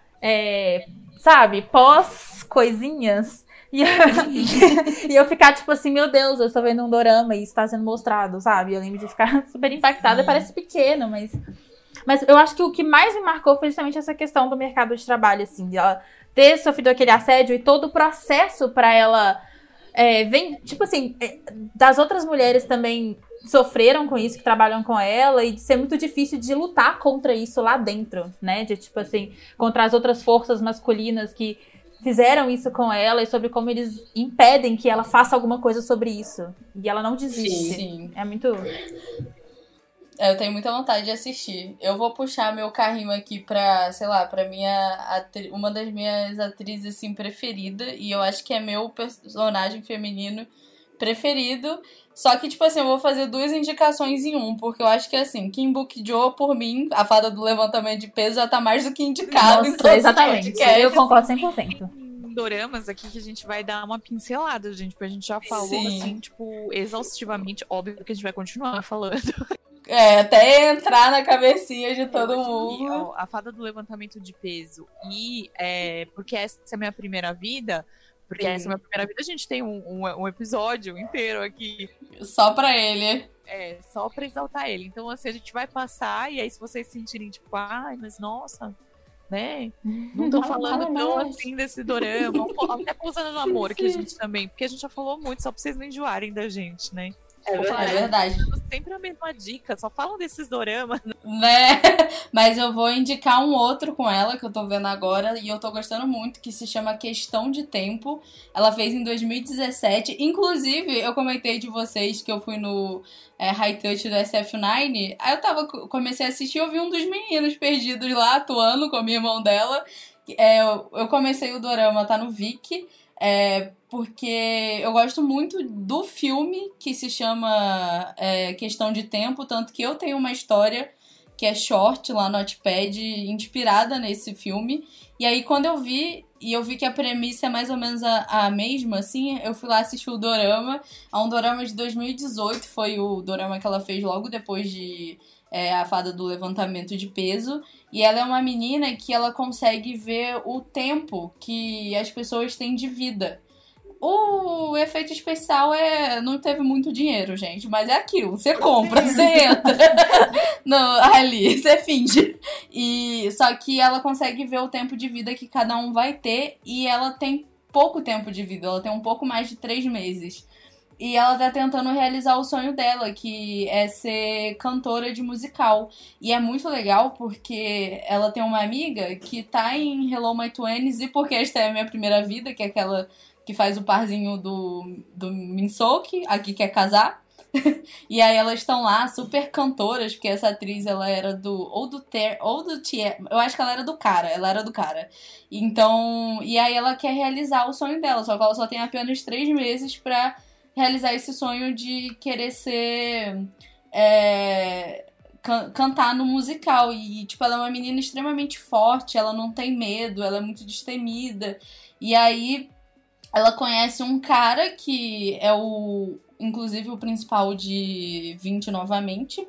é, sabe, pós coisinhas, e eu, e eu ficar, tipo assim, meu Deus, eu estou vendo um dorama e isso tá sendo mostrado, sabe, eu lembro de ficar super impactada, parece pequeno, mas... Mas eu acho que o que mais me marcou foi justamente essa questão do mercado de trabalho, assim, de ela ter sofrido aquele assédio e todo o processo pra ela é, vem, tipo assim, é, das outras mulheres também sofreram com isso, que trabalham com ela, e de ser muito difícil de lutar contra isso lá dentro, né? De, tipo assim, contra as outras forças masculinas que fizeram isso com ela e sobre como eles impedem que ela faça alguma coisa sobre isso. E ela não desiste. Sim. É muito... É, eu tenho muita vontade de assistir. Eu vou puxar meu carrinho aqui pra, sei lá, pra minha atri- uma das minhas atrizes, assim, preferida. E eu acho que é meu personagem feminino preferido. Só que, tipo assim, eu vou fazer duas indicações em um. Porque eu acho que, assim, Kim Bok-jo, por mim, a fada do levantamento de peso já tá mais do que indicado em Nossa, todos exatamente. os podcasts. Eu concordo cem por cento. Doramas aqui que a gente vai dar uma pincelada, gente, porque a gente já falou, Sim. assim, tipo, exaustivamente. Óbvio que a gente vai continuar falando. É, até entrar na cabecinha de todo E, mundo. ó, a fada do levantamento de peso e é, porque essa é a minha primeira vida, porque Sim. essa é a minha primeira vida, a gente tem um, um, um episódio inteiro aqui, Só pra ele. é, só pra exaltar ele. Então, assim, a gente vai passar, e aí se vocês sentirem, tipo, ai, mas nossa, né, não tô Fala, falando fala tão mais. assim desse dorama, ou até Pousando no Amor, que a gente também, porque a gente já falou muito, só pra vocês não enjoarem da gente, né. É verdade. É verdade. Sempre a mesma dica, só falam desses doramas. Né? Mas eu vou indicar um outro com ela, que eu tô vendo agora, e eu tô gostando muito, que se chama Questão de Tempo. Ela fez em dois mil e dezessete. Inclusive, eu comentei de vocês que eu fui no é, High Touch do S F nove. Aí eu tava, comecei a assistir e eu vi um dos meninos perdidos lá, atuando com a minha irmã dela. É, eu comecei o dorama, tá no Viki. É, porque eu gosto muito do filme que se chama é, Questão de Tempo, tanto que eu tenho uma história que é short lá no Wattpad, inspirada nesse filme. E aí quando eu vi, e eu vi que a premissa é mais ou menos a, a mesma, assim, eu fui lá assistir o dorama. É um dorama de dois mil e dezoito, foi o dorama que ela fez logo depois de é, A Fada do Levantamento de Peso. E ela é uma menina que ela consegue ver o tempo que as pessoas têm de vida. O efeito especial é não teve muito dinheiro, gente, mas é aquilo. Você compra, você entra no, ali, você finge. E, só que ela consegue ver o tempo de vida que cada um vai ter e ela tem pouco tempo de vida, ela tem um pouco mais de três meses. E ela tá tentando realizar o sonho dela, que é ser cantora de musical. E é muito legal porque ela tem uma amiga que tá em Hello My Twenties e Porque Esta é a Minha Primeira Vida, que é aquela que faz o parzinho do, do Minsoki, aqui quer casar. E aí elas estão lá, super cantoras, porque essa atriz, ela era do... Ou do Ter... Ou do Tier... Eu acho que ela era do cara, ela era do cara. Então... E aí ela quer realizar o sonho dela, só que ela só tem apenas três meses pra realizar esse sonho de querer ser... É, can- cantar no musical. E, tipo, ela é uma menina extremamente forte, ela não tem medo, ela é muito destemida. E aí... Ela conhece um cara que é o, inclusive, o principal de vinte novamente.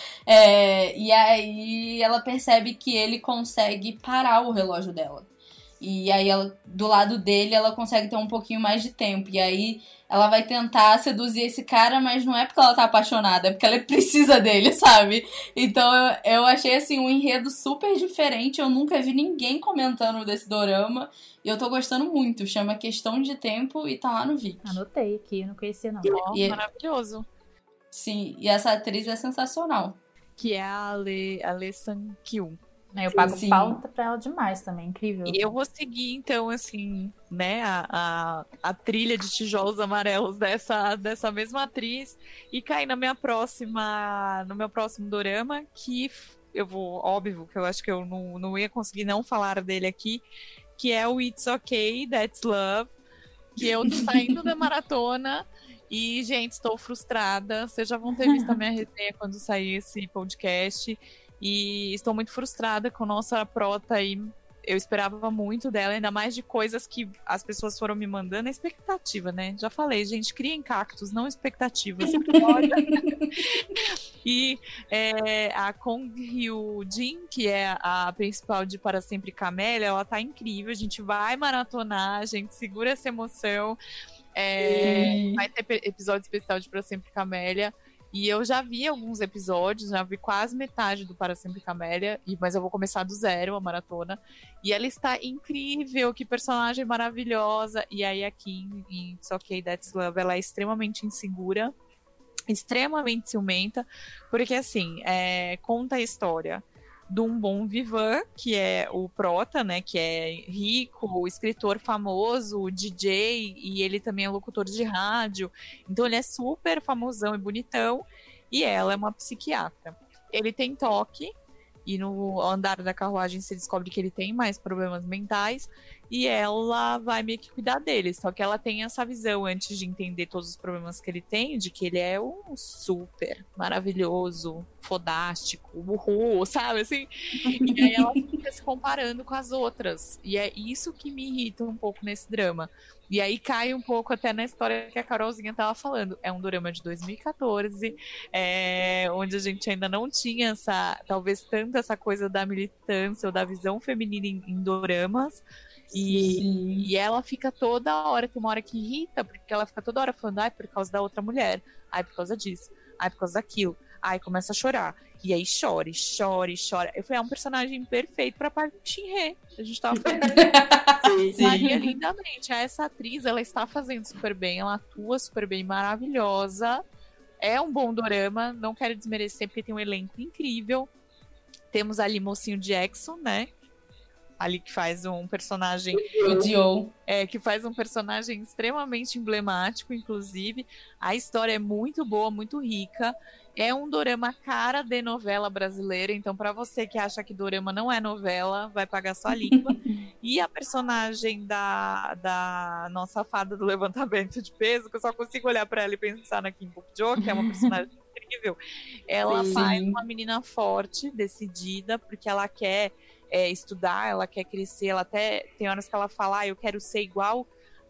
é, e aí ela percebe que ele consegue parar o relógio dela. E aí, ela, do lado dele, ela consegue ter um pouquinho mais de tempo. E aí, ela vai tentar seduzir esse cara, mas não é porque ela tá apaixonada, é porque ela precisa dele, sabe? Então, eu, eu achei, assim, um enredo super diferente. Eu nunca vi ninguém comentando desse dorama. E eu tô gostando muito. Chama Questão de Tempo e tá lá no Viki. Anotei aqui, eu não conhecia, não. Oh, E- maravilhoso. Sim, e essa atriz é sensacional. Que é a Ale, Ale San-kyu. Eu pago Sim. pauta pra ela demais também, incrível. E eu vou seguir, então, assim, né, a, a, a trilha de tijolos amarelos dessa, dessa mesma atriz e cair na minha próxima, no meu próximo dorama, que eu vou, óbvio, que eu acho que eu não, não ia conseguir não falar dele aqui, que é o It's Okay, That's Love, que eu tô saindo da maratona e, gente, estou frustrada. Vocês já vão ter visto a minha resenha quando sair esse podcast. E estou muito frustrada com nossa prota aí. Eu esperava muito dela, ainda mais de coisas que as pessoas foram me mandando. É expectativa, né? Já falei, gente, criem cactos, não expectativas. E é, a Kong Hyo Jin, que é a principal de Para Sempre Camélia, ela tá incrível. A gente vai maratonar, a gente segura essa emoção. É, vai ter episódio especial de Para Sempre Camélia. E eu já vi alguns episódios, já vi quase metade do Para Sempre Camélia, e, mas eu vou começar do zero a maratona. E ela está incrível, que personagem maravilhosa. E aí aqui em It's Okay, That's Love, ela é extremamente insegura, extremamente ciumenta, porque assim, é, conta a história de um Bon Vivant, que é o prota, né, que é rico, escritor famoso, D J, e ele também é locutor de rádio, então ele é super famosão e bonitão, e ela é uma psiquiatra. Ele tem toque, e no andar da carruagem se descobre que ele tem mais problemas mentais, e ela vai meio que cuidar dele, só que ela tem essa visão, antes de entender todos os problemas que ele tem, de que ele é um super maravilhoso, fodástico, uhul, sabe, assim? E aí ela fica se comparando com as outras, e é isso que me irrita um pouco nesse drama. E aí cai um pouco até na história que a Carolzinha tava falando. É um dorama de dois mil e catorze, é, onde a gente ainda não tinha essa, talvez tanto essa coisa da militância ou da visão feminina em, em doramas. E, e ela fica toda hora, tem uma hora que irrita, porque ela fica toda hora falando, ai, por causa da outra mulher, ai, por causa disso, ai, por causa daquilo, ai, começa a chorar. E aí chora, chora, chora. Eu falei, é um personagem perfeito pra Park Shin-hye. A gente tava falando. Maria lindamente. Essa atriz, ela está fazendo super bem, ela atua super bem, maravilhosa. é um bom dorama, não quero desmerecer, porque tem um elenco incrível. Temos ali Mocinho Jackson, né? Ali que faz um personagem... O Dio. É, que faz um personagem extremamente emblemático, inclusive. A história é muito boa, muito rica. É um dorama cara de novela brasileira, então pra você que acha que dorama não é novela, vai pagar sua língua. E a personagem da, da nossa fada do levantamento de peso, que eu só consigo olhar pra ela e pensar na Kim Bok-jo, que é uma personagem incrível. Ela Sim. faz uma menina forte, decidida, porque ela quer é, estudar, ela quer crescer, ela até tem horas que ela fala, ah, eu quero ser igual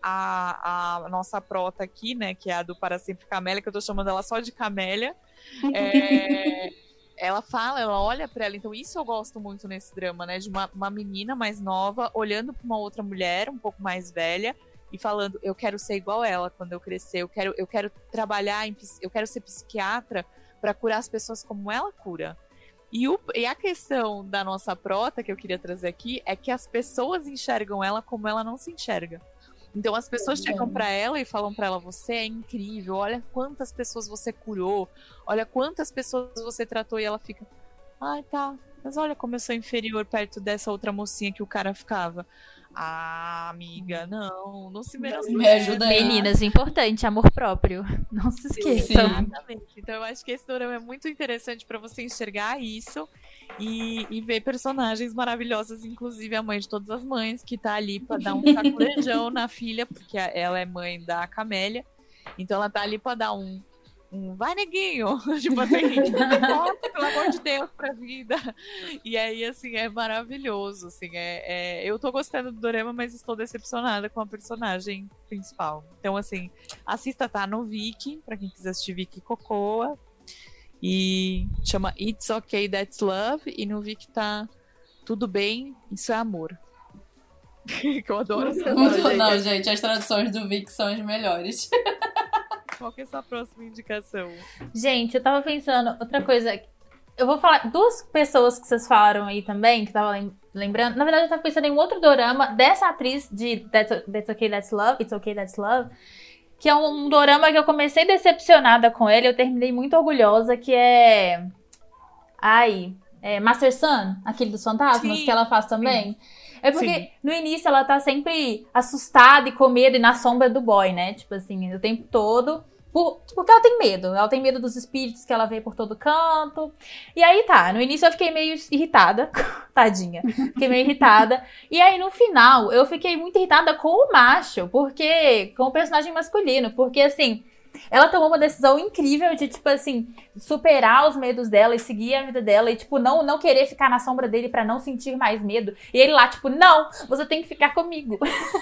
a, a nossa prota aqui, né, que é a do Para Sempre Camélia, que eu tô chamando ela só de Camélia. É, ela fala, ela olha pra ela, então isso eu gosto muito nesse drama, né, de uma, uma menina mais nova olhando pra uma outra mulher um pouco mais velha e falando, eu quero ser igual ela quando eu crescer, eu quero, eu quero trabalhar, em, eu quero ser psiquiatra pra curar as pessoas como ela cura. E, o, e a questão da nossa prota que eu queria trazer aqui é que as pessoas enxergam ela como ela não se enxerga. Então as pessoas chegam pra ela e falam pra ela, você é incrível, olha quantas pessoas você curou, olha quantas pessoas você tratou, e ela fica, ai tá, mas olha como eu sou inferior perto dessa outra mocinha que o cara ficava. Ah, amiga, não, não se merece. Me ajuda aí. Meninas, importante, amor próprio. Não se esqueçam. Exatamente. Então eu acho que esse dorama é muito interessante pra você enxergar isso e, e ver personagens maravilhosas, inclusive a mãe de todas as mães, que tá ali pra dar um sacolejão na filha, porque ela é mãe da Camélia. Então ela tá ali pra dar um Um vai, neguinho! Tipo assim, volta, pelo amor de Deus, pra vida. E aí, assim, é maravilhoso. Assim, é, é... Eu tô gostando do dorama, mas estou decepcionada com a personagem principal. Então, assim, assista, tá no Viki, pra quem quiser assistir Viki Cocoa. E chama It's Okay, That's Love. E no Viki tá Tudo Bem, Isso é Amor. Que eu adoro essa Muito, não, gente, as traduções do Viki são as melhores. Qual que é a sua próxima indicação? Gente, eu tava pensando, outra coisa. Eu vou falar, duas pessoas que vocês falaram aí também, que tava lembrando. Na verdade, eu tava pensando em um outro dorama dessa atriz de That's, That's Okay, That's Love, It's Okay, That's Love, que é um, um dorama que eu comecei decepcionada com ele, eu terminei muito orgulhosa, que é... Ai, é Master Sun, aquele dos fantasmas, sim, que ela faz também. Sim. É porque Sim. no início ela tá sempre assustada e com medo e na sombra do boy, né? Tipo assim, o tempo todo. Por, porque ela tem medo. Ela tem medo dos espíritos que ela vê por todo canto. E aí tá, no início eu fiquei meio irritada. Tadinha. Fiquei meio irritada. E aí no final eu fiquei muito irritada com o macho. Porque, com o personagem masculino. Porque assim... Ela tomou uma decisão incrível de, tipo assim, superar os medos dela e seguir a vida dela e, tipo, não, não querer ficar na sombra dele pra não sentir mais medo. E ele lá, tipo, não, você tem que ficar comigo.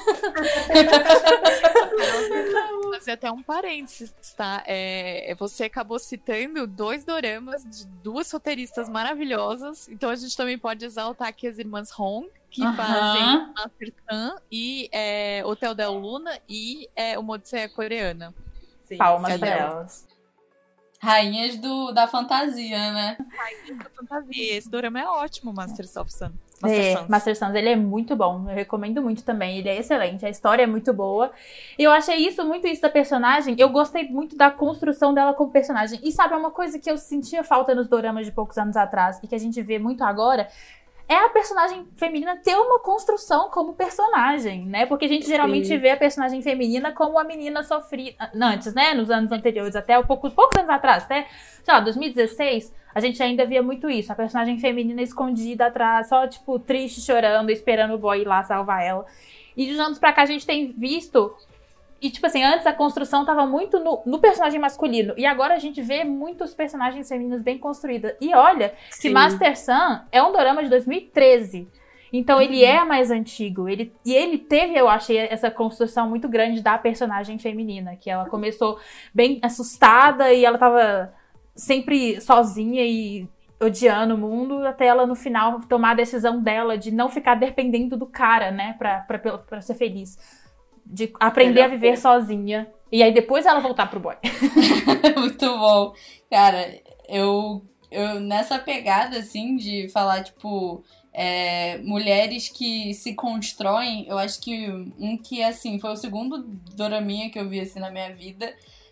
Vou fazer até um parênteses, tá? É, você acabou citando dois doramas de duas roteiristas maravilhosas. Então a gente também pode exaltar aqui as irmãs Hong, que Uhum. fazem Master Sun e é, Hotel Del Luna e é, Uma Odisseia Coreana. Sim, palmas é pra delas. elas. Rainhas do, da fantasia, né? Rainhas da fantasia. Esse dorama é ótimo, Master of Sun. Master É, Sons. Master Sons, ele é muito bom, eu recomendo muito também, ele é excelente, a história é muito boa, e eu achei isso, muito isso da personagem, eu gostei muito da construção dela como personagem, e sabe, é uma coisa que eu sentia falta nos doramas de poucos anos atrás, e que a gente vê muito agora, é a personagem feminina ter uma construção como personagem, né? Porque a gente geralmente Sim. vê a personagem feminina como a menina sofrida. Antes, né? Nos anos anteriores, até um pouco, poucos anos atrás, até, sei lá, dois mil e dezesseis, a gente ainda via muito isso. A personagem feminina escondida atrás, só, tipo, triste, chorando, esperando o boy ir lá salvar ela. E de uns anos pra cá a gente tem visto... E, tipo assim, antes a construção tava muito no, no personagem masculino. E agora a gente vê muitos personagens femininos bem construídos. E olha, que Sim. Master Sun é um dorama de dois mil e treze. Então, ele é mais antigo. Ele, e ele teve, eu achei, essa construção muito grande da personagem feminina. Que ela começou bem assustada e ela tava sempre sozinha e odiando o mundo. Até ela, no final, tomar a decisão dela de não ficar dependendo do cara, né? Pra, pra, pra ser feliz. De aprender a viver sozinha. E aí depois ela voltar pro boy. Muito bom. Cara, eu, eu nessa pegada, assim, de falar, tipo, é, mulheres que se constroem, eu acho que um que, assim, foi o segundo doraminha que eu vi, assim, na minha vida,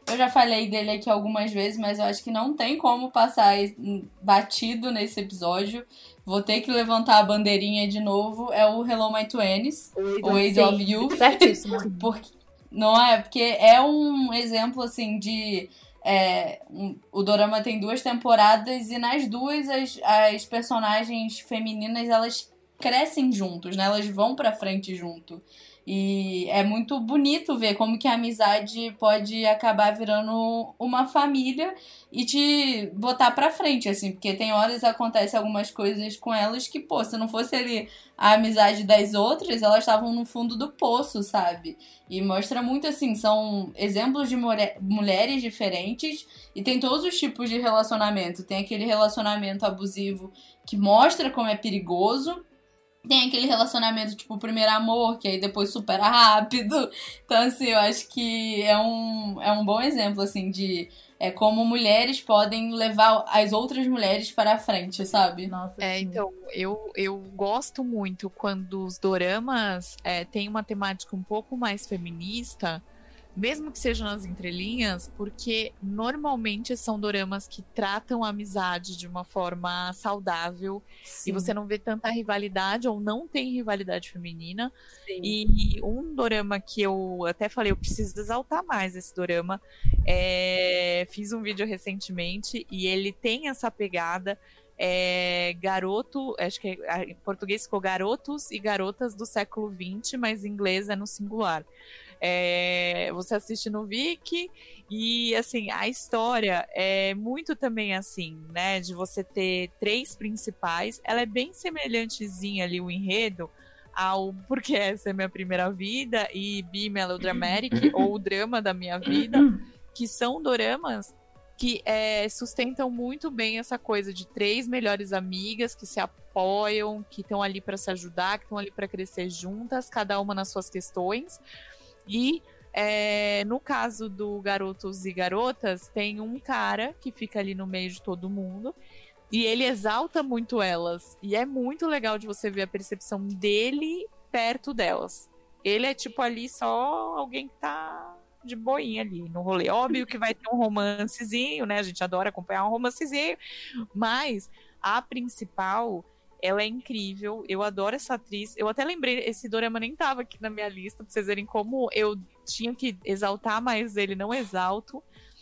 Eu já falei dele aqui algumas vezes, mas eu acho que não tem como passar batido nesse episódio. Vou ter que levantar a bandeirinha de novo. É o Hello My Twenties, o Age of Youth. Certíssimo. Porque, não é? Porque é um exemplo, assim, de... É, um, o dorama tem duas temporadas e nas duas as, as personagens femininas, elas crescem juntos, né? Elas vão pra frente junto. E é muito bonito ver como que a amizade pode acabar virando uma família e te botar pra frente, assim. Porque tem horas que acontecem algumas coisas com elas que, pô, se não fosse ali a amizade das outras, elas estavam no fundo do poço, sabe? E mostra muito, assim, são exemplos de mulher, mulheres diferentes e tem todos os tipos de relacionamento. Tem aquele relacionamento abusivo que mostra como é perigoso. Tem aquele relacionamento, tipo, primeiro amor, que aí depois supera rápido. Então, assim, eu acho que é um, é um bom exemplo, assim, de é, como mulheres podem levar as outras mulheres para a frente, sabe? Nossa, É, sim. então, eu, eu gosto muito quando os doramas é, têm uma temática um pouco mais feminista, mesmo que sejam nas entrelinhas, porque normalmente são doramas que tratam a amizade de uma forma saudável. Sim. E você não vê tanta rivalidade, ou não tem rivalidade feminina. Sim. E um dorama que eu até falei, eu preciso exaltar mais esse dorama. É, fiz um vídeo recentemente e ele tem essa pegada. É, garoto, acho que em português ficou Garotos e Garotas do século vinte, mas em inglês é no singular. É, você assiste no Viki e, assim, a história é muito também assim, né? De você ter três principais. Ela é bem semelhantezinha ali, o enredo, ao Porque Essa é Minha Primeira Vida e Be Melodramatic, ou O Drama da Minha Vida, que são doramas que é, sustentam muito bem essa coisa de três melhores amigas que se apoiam, que estão ali para se ajudar, que estão ali para crescer juntas, cada uma nas suas questões. E é, no caso do Garotos e Garotas, tem um cara que fica ali no meio de todo mundo e ele exalta muito elas. E é muito legal de você ver a percepção dele perto delas. Ele é tipo ali só alguém que tá de boinha ali no rolê. Óbvio que vai ter um romancezinho, né? A gente adora acompanhar um romancezinho, mas a principal... ela é incrível, eu adoro essa atriz. Eu até lembrei, esse dorama nem tava aqui na minha lista, pra vocês verem como eu tinha que exaltar, mas ele não exalto.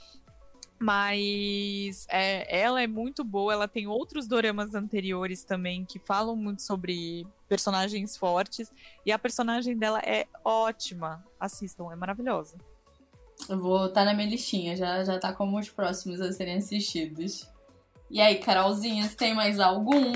Mas é, ela é muito boa, ela tem outros doramas anteriores também que falam muito sobre personagens fortes. E a personagem dela é ótima. Assistam, é maravilhosa. Eu vou estar na minha listinha, já, já tá como os próximos a serem assistidos. E aí, Carolzinha, você tem mais algum?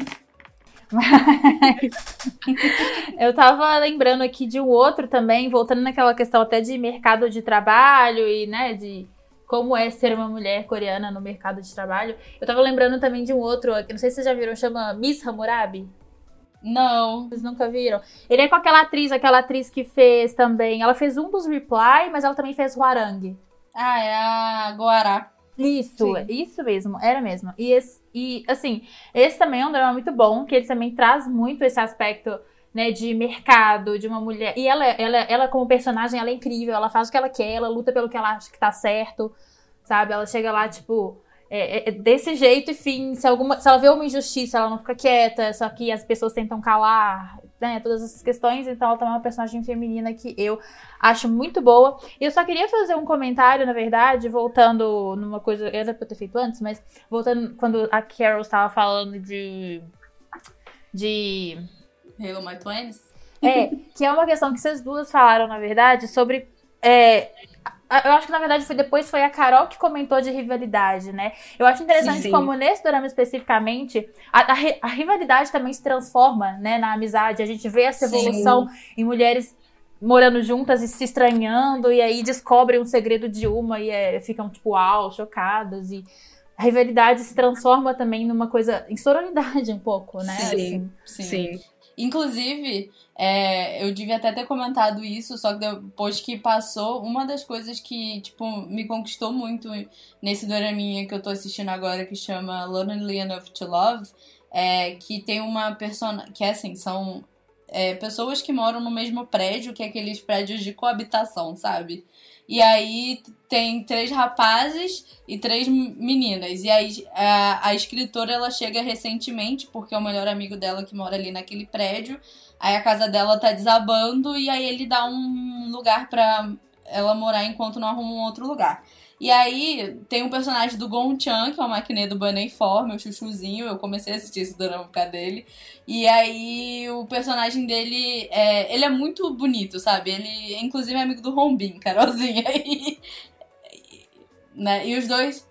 Eu tava lembrando aqui de um outro também, voltando naquela questão até de mercado de trabalho e, né, de como é ser uma mulher coreana no mercado de trabalho. Eu tava lembrando também de um outro, não sei se vocês já viram, chama Miss Hammurabi. Não. Vocês nunca viram? Ele é com aquela atriz, aquela atriz que fez também, ela fez um dos Reply, mas ela também fez Hwarang. Ah, é a Guará. Isso, Sim. isso mesmo, era mesmo. E, esse, e, assim, esse também é um drama muito bom, que ele também traz muito esse aspecto, né, de mercado, de uma mulher. E ela, ela, ela como personagem, ela é incrível, ela faz o que ela quer, ela luta pelo que ela acha que tá certo, sabe? Ela chega lá, tipo, é, é desse jeito, enfim, se, alguma, se ela vê uma injustiça, ela não fica quieta, só que as pessoas tentam calar, né, todas essas questões. Então ela também é uma personagem feminina que eu acho muito boa. E eu só queria fazer um comentário, na verdade, voltando numa coisa, era pra eu ter feito antes, mas voltando quando a Carol estava falando de... de... Hello My Twenties? É, que é uma questão que vocês duas falaram, na verdade, sobre... É, eu acho que, na verdade, foi, depois foi a Carol que comentou de rivalidade, né? Eu acho interessante Sim. como, nesse dorama especificamente, a, a, a rivalidade também se transforma, né, na amizade. A gente vê essa evolução Sim. em mulheres morando juntas e se estranhando, e aí descobrem um segredo de uma e é, ficam, tipo, uau, chocadas. E a rivalidade se transforma também numa coisa, em sororidade um pouco, né? Sim, assim. Sim. sim. Inclusive, é, eu devia até ter comentado isso, só que depois que passou, uma das coisas que, tipo, me conquistou muito nesse doraminha que eu tô assistindo agora, que chama Lonely Enough to Love, é que tem uma persona... que, assim, são é, pessoas que moram no mesmo prédio, que é aqueles prédios de coabitação, sabe? E aí tem três rapazes e três meninas. E aí a, a escritora, ela chega recentemente, porque é o melhor amigo dela que mora ali naquele prédio. Aí a casa dela tá desabando e aí ele dá um lugar pra ela morar enquanto não arruma um outro lugar. E aí tem um personagem do Gon Chan, que é o maquinê do Bunny For, meu chuchuzinho. Eu comecei a assistir esse drama por causa dele. E aí o personagem dele, é, ele é muito bonito, sabe? Ele, inclusive, é amigo do Rombin, Carolzinha. E, né? E os dois...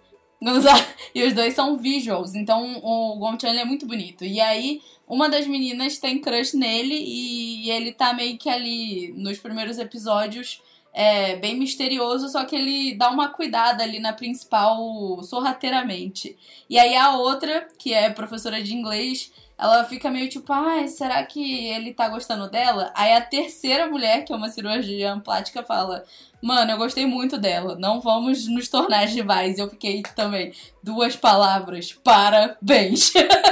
E os dois são visuals, então o Gon Chan ele é muito bonito. E aí, uma das meninas tem crush nele e ele tá meio que ali nos primeiros episódios é, bem misterioso, só que ele dá uma cuidada ali na principal sorrateiramente. E aí a outra, que é professora de inglês, ela fica meio tipo, ah, será que ele tá gostando dela? Aí a terceira mulher, que é uma cirurgiã plástica, fala, mano, eu gostei muito dela, não vamos nos tornar rivais. E eu fiquei também, duas palavras, parabéns.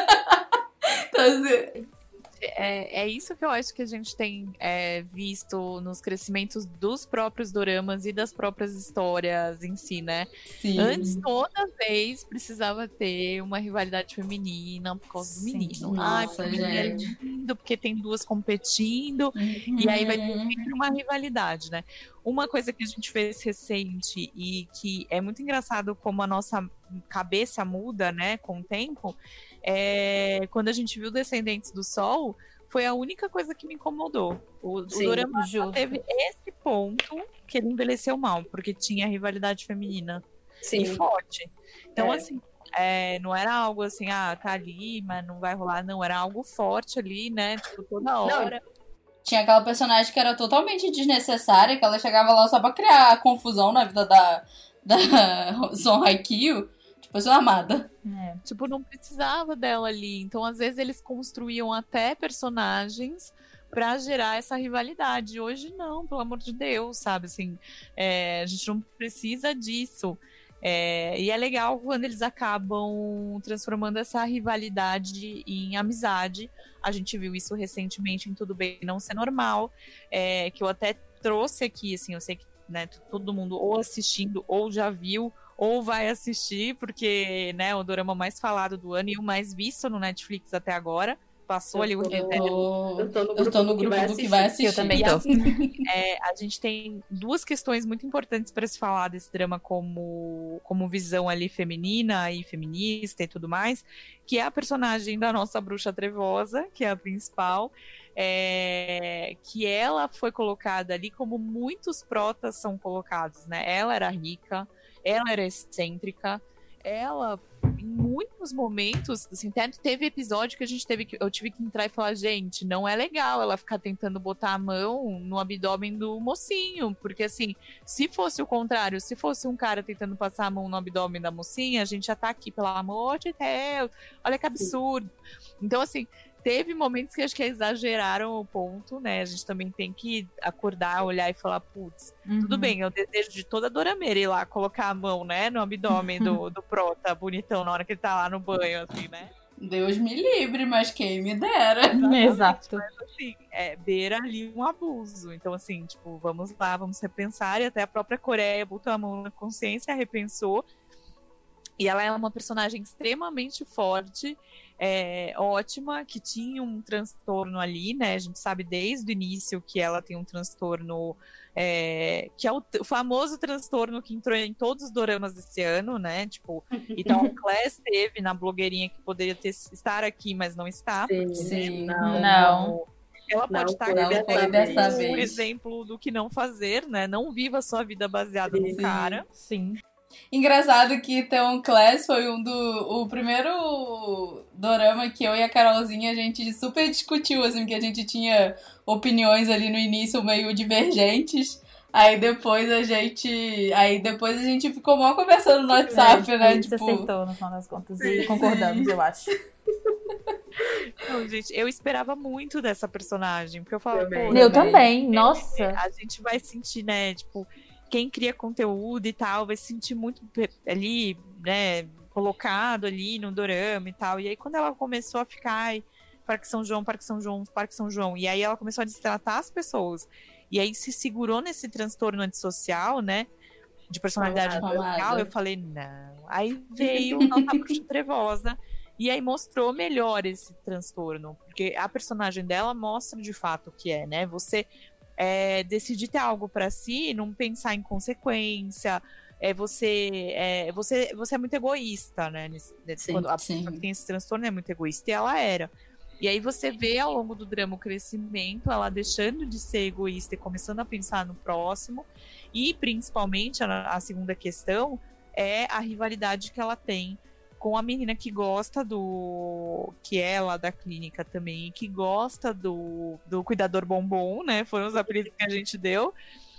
Então, assim, É, é isso que eu acho que a gente tem é, visto nos crescimentos dos próprios doramas e das próprias histórias em si, né? sim. Antes, toda vez precisava ter uma rivalidade feminina por causa do menino. Ai, Nossa, porque é gente. lindo, porque tem duas competindo, Uhum. e aí vai ter sempre uma rivalidade, né? Uma coisa que a gente fez recente e que é muito engraçado como a nossa cabeça muda, né, com o tempo, é, quando a gente viu Descendentes do Sol, foi a única coisa que me incomodou. O, o Sim, dorama justo. teve esse ponto que ele envelheceu mal, porque tinha rivalidade feminina Sim. e forte. Então, É. assim, é, não era algo assim, ah, tá ali, mas não vai rolar, não. Era algo forte ali, né? Tipo, toda hora. Tinha aquela personagem que era totalmente desnecessária, que ela chegava lá só pra criar confusão na vida da, da Son Hye-kyo. Tipo, eu sou amada. É. Tipo, não precisava dela ali. Então, às vezes, eles construíam até personagens pra gerar essa rivalidade. Hoje, não, pelo amor de Deus, sabe? Assim, é, a gente não precisa disso. É, e é legal quando eles acabam transformando essa rivalidade em amizade. A gente viu isso recentemente em Tudo Bem Não Ser Normal, é, que eu até trouxe aqui, assim, eu sei que, né, todo mundo ou assistindo ou já viu ou vai assistir, porque, né, o dorama mais falado do ano e o mais visto no Netflix até agora. Passou Eu ali o tô- critério. Eu tô no Eu grupo, tô no do, que grupo vai do que vai assistir. Eu também E tô. assim, é, a gente tem duas questões muito importantes para se falar desse drama como, como visão ali feminina e feminista e tudo mais, que é a personagem da nossa bruxa trevosa, que é a principal, é, que ela foi colocada ali como muitos protas são colocados, né? Ela era rica, ela era excêntrica, ela em muitos momentos, assim, até teve episódio que a gente teve que, eu tive que entrar e falar, gente, não é legal ela ficar tentando botar a mão no abdômen do mocinho, porque assim, se fosse o contrário, se fosse um cara tentando passar a mão no abdômen da mocinha, a gente já tá aqui, pelo amor de Deus, olha que absurdo. Então, assim, teve momentos que acho que exageraram o ponto, né? A gente também tem que acordar, olhar e falar, putz, Uhum. tudo bem, é o desejo de toda dorameira ir lá colocar a mão, né, no abdômen do, do prota, bonitão, na hora que ele tá lá no banho, assim, né? Deus me livre, mas quem me dera. Exato. Assim, é, beira ali um abuso. Então, assim, tipo, vamos lá, vamos repensar. E até a própria Coreia botou a mão na consciência, repensou. E ela é uma personagem extremamente forte, é, ótima, que tinha um transtorno ali, né? A gente sabe desde o início que ela tem um transtorno, é, que é o, o famoso transtorno que entrou em todos os doramas desse ano, né? Tipo, então o Class teve na blogueirinha que poderia ter, estar aqui, mas não está. Sim, Sim. Não. Não. Ela pode Não estar foi aqui dessa dessa vez. um exemplo do que não fazer, né? Não viva a sua vida baseada no Sim. cara. Sim. Engraçado que Taewon Class foi um do o primeiro dorama que eu e a Carolzinha a gente super discutiu, assim, que a gente tinha opiniões ali no início meio divergentes. Aí depois a gente. Aí depois a gente ficou mal conversando no WhatsApp, É, né? a gente Tipo. acertou no final das contas e Sim. concordamos, eu acho. Não, gente, eu esperava muito dessa personagem, porque eu falava, Também. pô, Eu também. também, nossa. a gente vai sentir, né, tipo, quem cria conteúdo e tal, vai se sentir muito pe- ali, né, colocado ali no dorama e tal. E aí quando ela começou a ficar, ai, Parque São João, Parque São João, Parque São João, e aí ela começou a destratar as pessoas. e aí se segurou nesse transtorno antissocial, né? De personalidade antissocial, eu falei, não. Aí veio a Bruxa Trevosa, e aí mostrou melhor esse transtorno, porque a personagem dela mostra de fato o que é, né? Você é, decidir ter algo pra si, não pensar em consequência, é você, é, você, você é muito egoísta, né? Sim, Quando a pessoa que tem esse transtorno é muito egoísta, e ela era. E aí você vê ao longo do drama o crescimento, ela deixando de ser egoísta e começando a pensar no próximo. E principalmente a, a segunda questão é a rivalidade que ela tem com a menina que gosta do... que é lá da clínica também, que gosta do, do cuidador bombom, né? Foram os apelidos que a gente deu.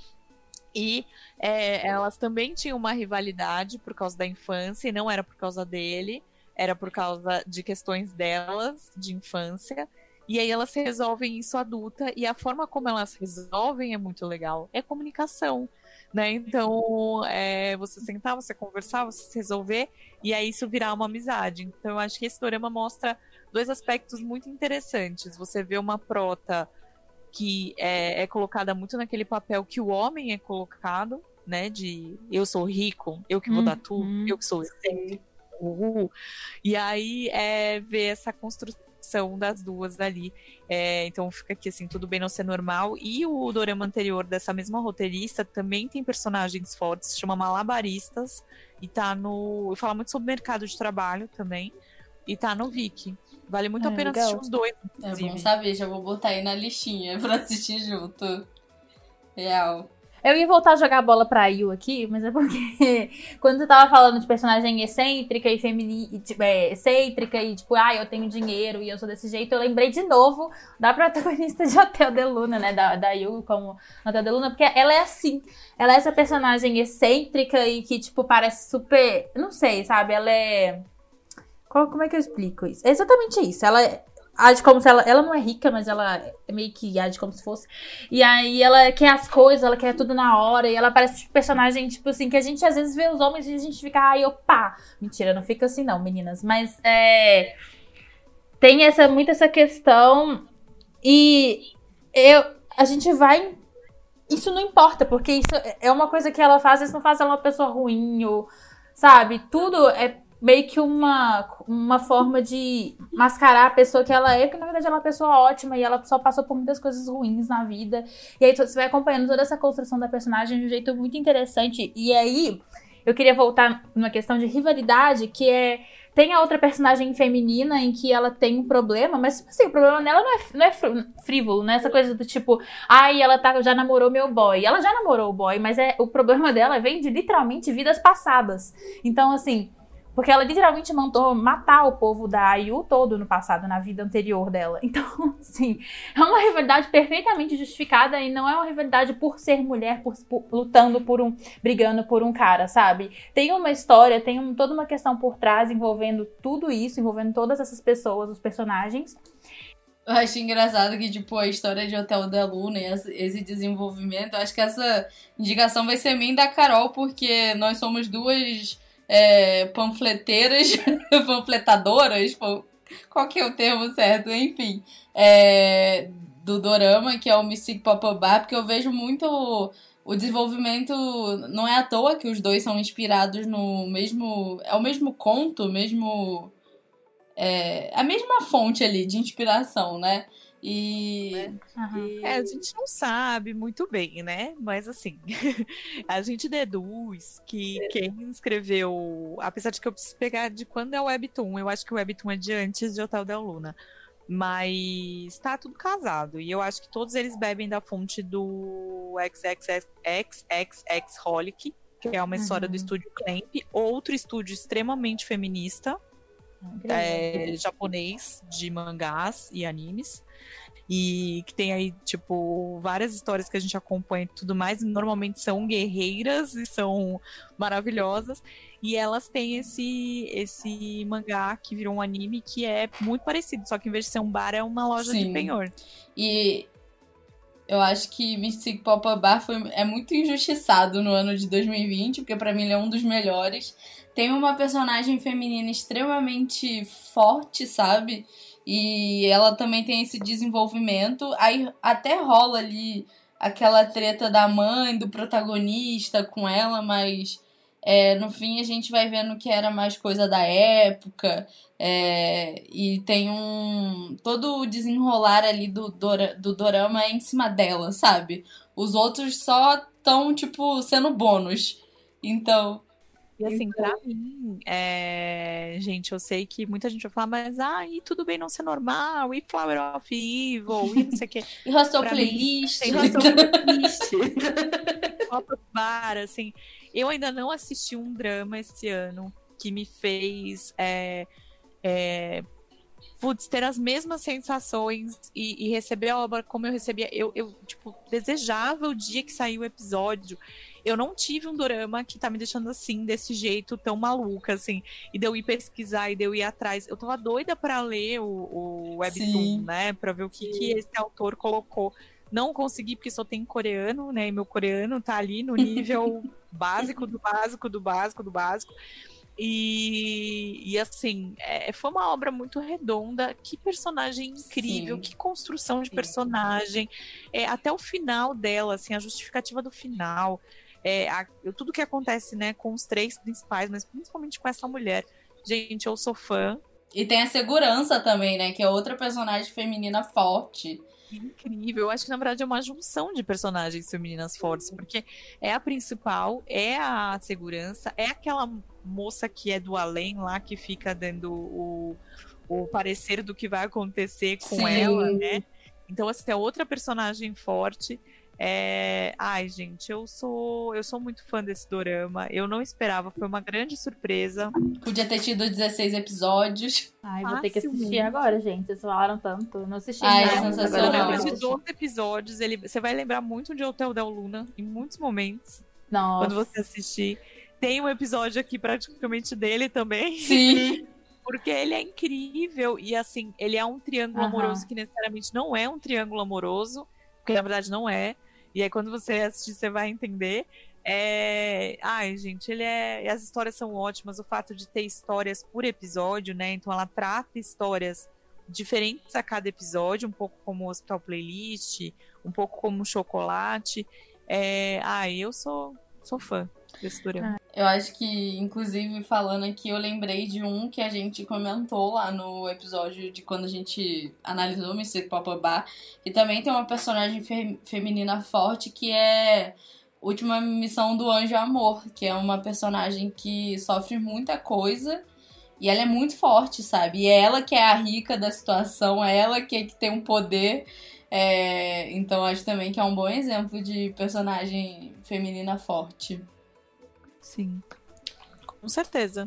E é, elas também tinham uma rivalidade por causa da infância, e não era por causa dele. Era por causa de questões delas, de infância. E aí elas resolvem isso adulta. E a forma como elas resolvem é muito legal. É comunicação, né? Então, é, você sentar, você conversar, você se resolver. E aí isso virar uma amizade. Então, eu acho que esse dorama mostra dois aspectos muito interessantes. Você vê uma prota que é, é colocada muito naquele papel que o homem é colocado, né? De eu sou rico, eu que vou Hum, dar tudo, hum, eu que sou excêntrico. Uhul. E aí é ver essa construção das duas ali. É, então fica aqui assim, tudo bem não ser normal. E o dorama anterior dessa mesma roteirista também tem personagens fortes, se chama Malabaristas, e tá no. Fala muito sobre mercado de trabalho também. E tá no Viki. Vale muito Ah, a pena legal. assistir os dois. É Inclusive. bom saber, já vou botar aí na listinha pra assistir junto. Real. Eu ia voltar a jogar a bola pra Yu aqui, mas é porque quando você tava falando de personagem excêntrica e feminina, tipo, é, excêntrica e tipo, ah, eu tenho dinheiro e eu sou desse jeito, eu lembrei de novo da protagonista de Hotel de Luna, né, da, da Yu como Hotel de Luna, porque ela é assim, ela é essa personagem excêntrica e que, tipo, parece super, não sei, sabe, ela é... Qual, como é que eu explico isso? É exatamente isso, ela é... age como se ela... Ela não é rica, mas ela meio que age como se fosse. E aí ela quer as coisas, ela quer tudo na hora. E ela parece tipo personagem, tipo assim, que a gente às vezes vê os homens e a gente fica, ai, opa. Mentira, não fica assim não, meninas. Mas é... tem essa, muito essa questão. E eu, a gente vai... Isso não importa, porque isso é uma coisa que ela faz. Isso não faz ela uma pessoa ruim, ou... Sabe? Tudo é... meio que uma, uma forma de mascarar a pessoa que ela é, porque na verdade ela é uma pessoa ótima e ela só passou por muitas coisas ruins na vida. E aí você vai acompanhando toda essa construção da personagem de um jeito muito interessante. E aí eu queria voltar numa questão de rivalidade, que é... Tem a outra personagem feminina em que ela tem um problema, mas assim, o problema dela não é, não é frívolo, né? Essa coisa do tipo, ai, ela tá, já namorou meu boy. Ela já namorou o boy, mas é, o problema dela vem de literalmente vidas passadas. Então, assim... Porque ela literalmente mandou matar o povo da Ayu todo no passado, na vida anterior dela. Então, assim, é uma rivalidade perfeitamente justificada e não é uma rivalidade por ser mulher, por, por, lutando por um... brigando por um cara, sabe? Tem uma história, tem um, toda uma questão por trás envolvendo tudo isso, envolvendo todas essas pessoas, os personagens. Eu acho engraçado que, tipo, a história de Hotel de Luna e esse desenvolvimento, eu acho que essa indicação vai ser minha da Carol, porque nós somos duas... É, panfleteiras, panfletadoras, qual que é o termo certo? Enfim, é, do dorama, que é o Mystic Pop-Up Bar, porque eu vejo muito o desenvolvimento, não é à toa que os dois são inspirados no mesmo, é o mesmo conto, mesmo, é, a mesma fonte ali de inspiração, né? E... Uhum. É, a gente não sabe muito bem, né? Mas assim, a gente deduz que quem escreveu, apesar de que eu preciso pegar de quando é o Webtoon, eu acho que o Webtoon é de antes de Hotel de Luna, mas tá tudo casado, e eu acho que todos eles bebem da fonte do XXXHolic, que é uma história uhum. do estúdio Clamp, outro estúdio extremamente feminista, é, japonês, de mangás e animes, e que tem aí, tipo, várias histórias que a gente acompanha e tudo mais, e normalmente são guerreiras e são maravilhosas, e elas têm esse, esse mangá que virou um anime que é muito parecido, só que em vez de ser um bar, é uma loja Sim. de penhor. E eu acho que Mystic Pop-Up Bar foi, é muito injustiçado no ano de dois mil e vinte, porque pra mim ele é um dos melhores. Tem uma personagem feminina extremamente forte, sabe? E ela também tem esse desenvolvimento. Aí até rola ali aquela treta da mãe, do protagonista com ela, mas é, no fim a gente vai vendo que era mais coisa da época, é, e tem um... todo o desenrolar ali do, dora, do dorama é em cima dela, sabe? Os outros só estão, tipo, sendo bônus. Então... E assim, pra mim, é... gente, eu sei que muita gente vai falar, mas ai, tudo bem não ser normal, e Flower of Evil, e não sei o quê. E Hostel Pra Playlist. Mim, tem Hostel Playlist. Pop Bar, assim. Eu ainda não assisti um drama esse ano que me fez é, é, putz, ter as mesmas sensações e, e receber a obra como eu recebia. Eu, eu, tipo, desejava o dia que saiu o episódio. Eu não tive um dorama que tá me deixando assim, desse jeito, tão maluca, assim. E de eu ir pesquisar, e de eu ir atrás. Eu tava doida pra ler o, o Webtoon, Sim. né? Pra ver o que, que esse autor colocou. Não consegui, porque só tem coreano, né? E meu coreano tá ali no nível básico, do básico, do básico, do básico. E, e assim, é, foi uma obra muito redonda. Que personagem incrível, Sim. que construção de Sim. personagem. É, até o final dela, assim, a justificativa do final. É, a, tudo que acontece, né, com os três principais, mas principalmente com essa mulher. Gente, eu sou fã. E tem a segurança também, né, que é outra personagem feminina forte. Incrível. Eu acho que, na verdade, é uma junção de personagens femininas fortes, porque é a principal, é a segurança, é aquela moça que é do além lá, que fica dando o, o parecer do que vai acontecer com Sim. ela, né? Então, assim, é outra personagem forte. É... Ai, gente, eu sou eu sou muito fã desse dorama. Eu não esperava, foi uma grande surpresa. Podia ter tido dezesseis episódios. Ai, vou ter que assistir agora, gente. Vocês falaram tanto. Eu não assisti Ai, ainda. é sensacional. Depois de doze episódios, ele... você vai lembrar muito de Hotel Del Luna em muitos momentos. Nossa. Quando você assistir. Tem um episódio aqui praticamente dele também. Sim. Porque ele é incrível. E assim, ele é um triângulo uhum. amoroso que necessariamente não é um triângulo amoroso. Porque na verdade não é. E aí, quando você assistir, você vai entender. É... Ai, gente, ele é... as histórias são ótimas. O fato de ter histórias por episódio, né? Então, ela trata histórias diferentes a cada episódio. Um pouco como o Hospital Playlist, um pouco como o Chocolate. É... Ai, eu sou, sou fã desse dorama. Eu acho que, inclusive, falando aqui, eu lembrei de um que a gente comentou lá no episódio de quando a gente analisou o Mister Pop Bar, que também tem uma personagem fe- feminina forte, que é Última Missão do Anjo Amor, que é uma personagem que sofre muita coisa e ela é muito forte, sabe? E é ela que é a rica da situação, é ela que, é que tem um poder. É... Então, acho também que é um bom exemplo de personagem feminina forte. Sim, com certeza.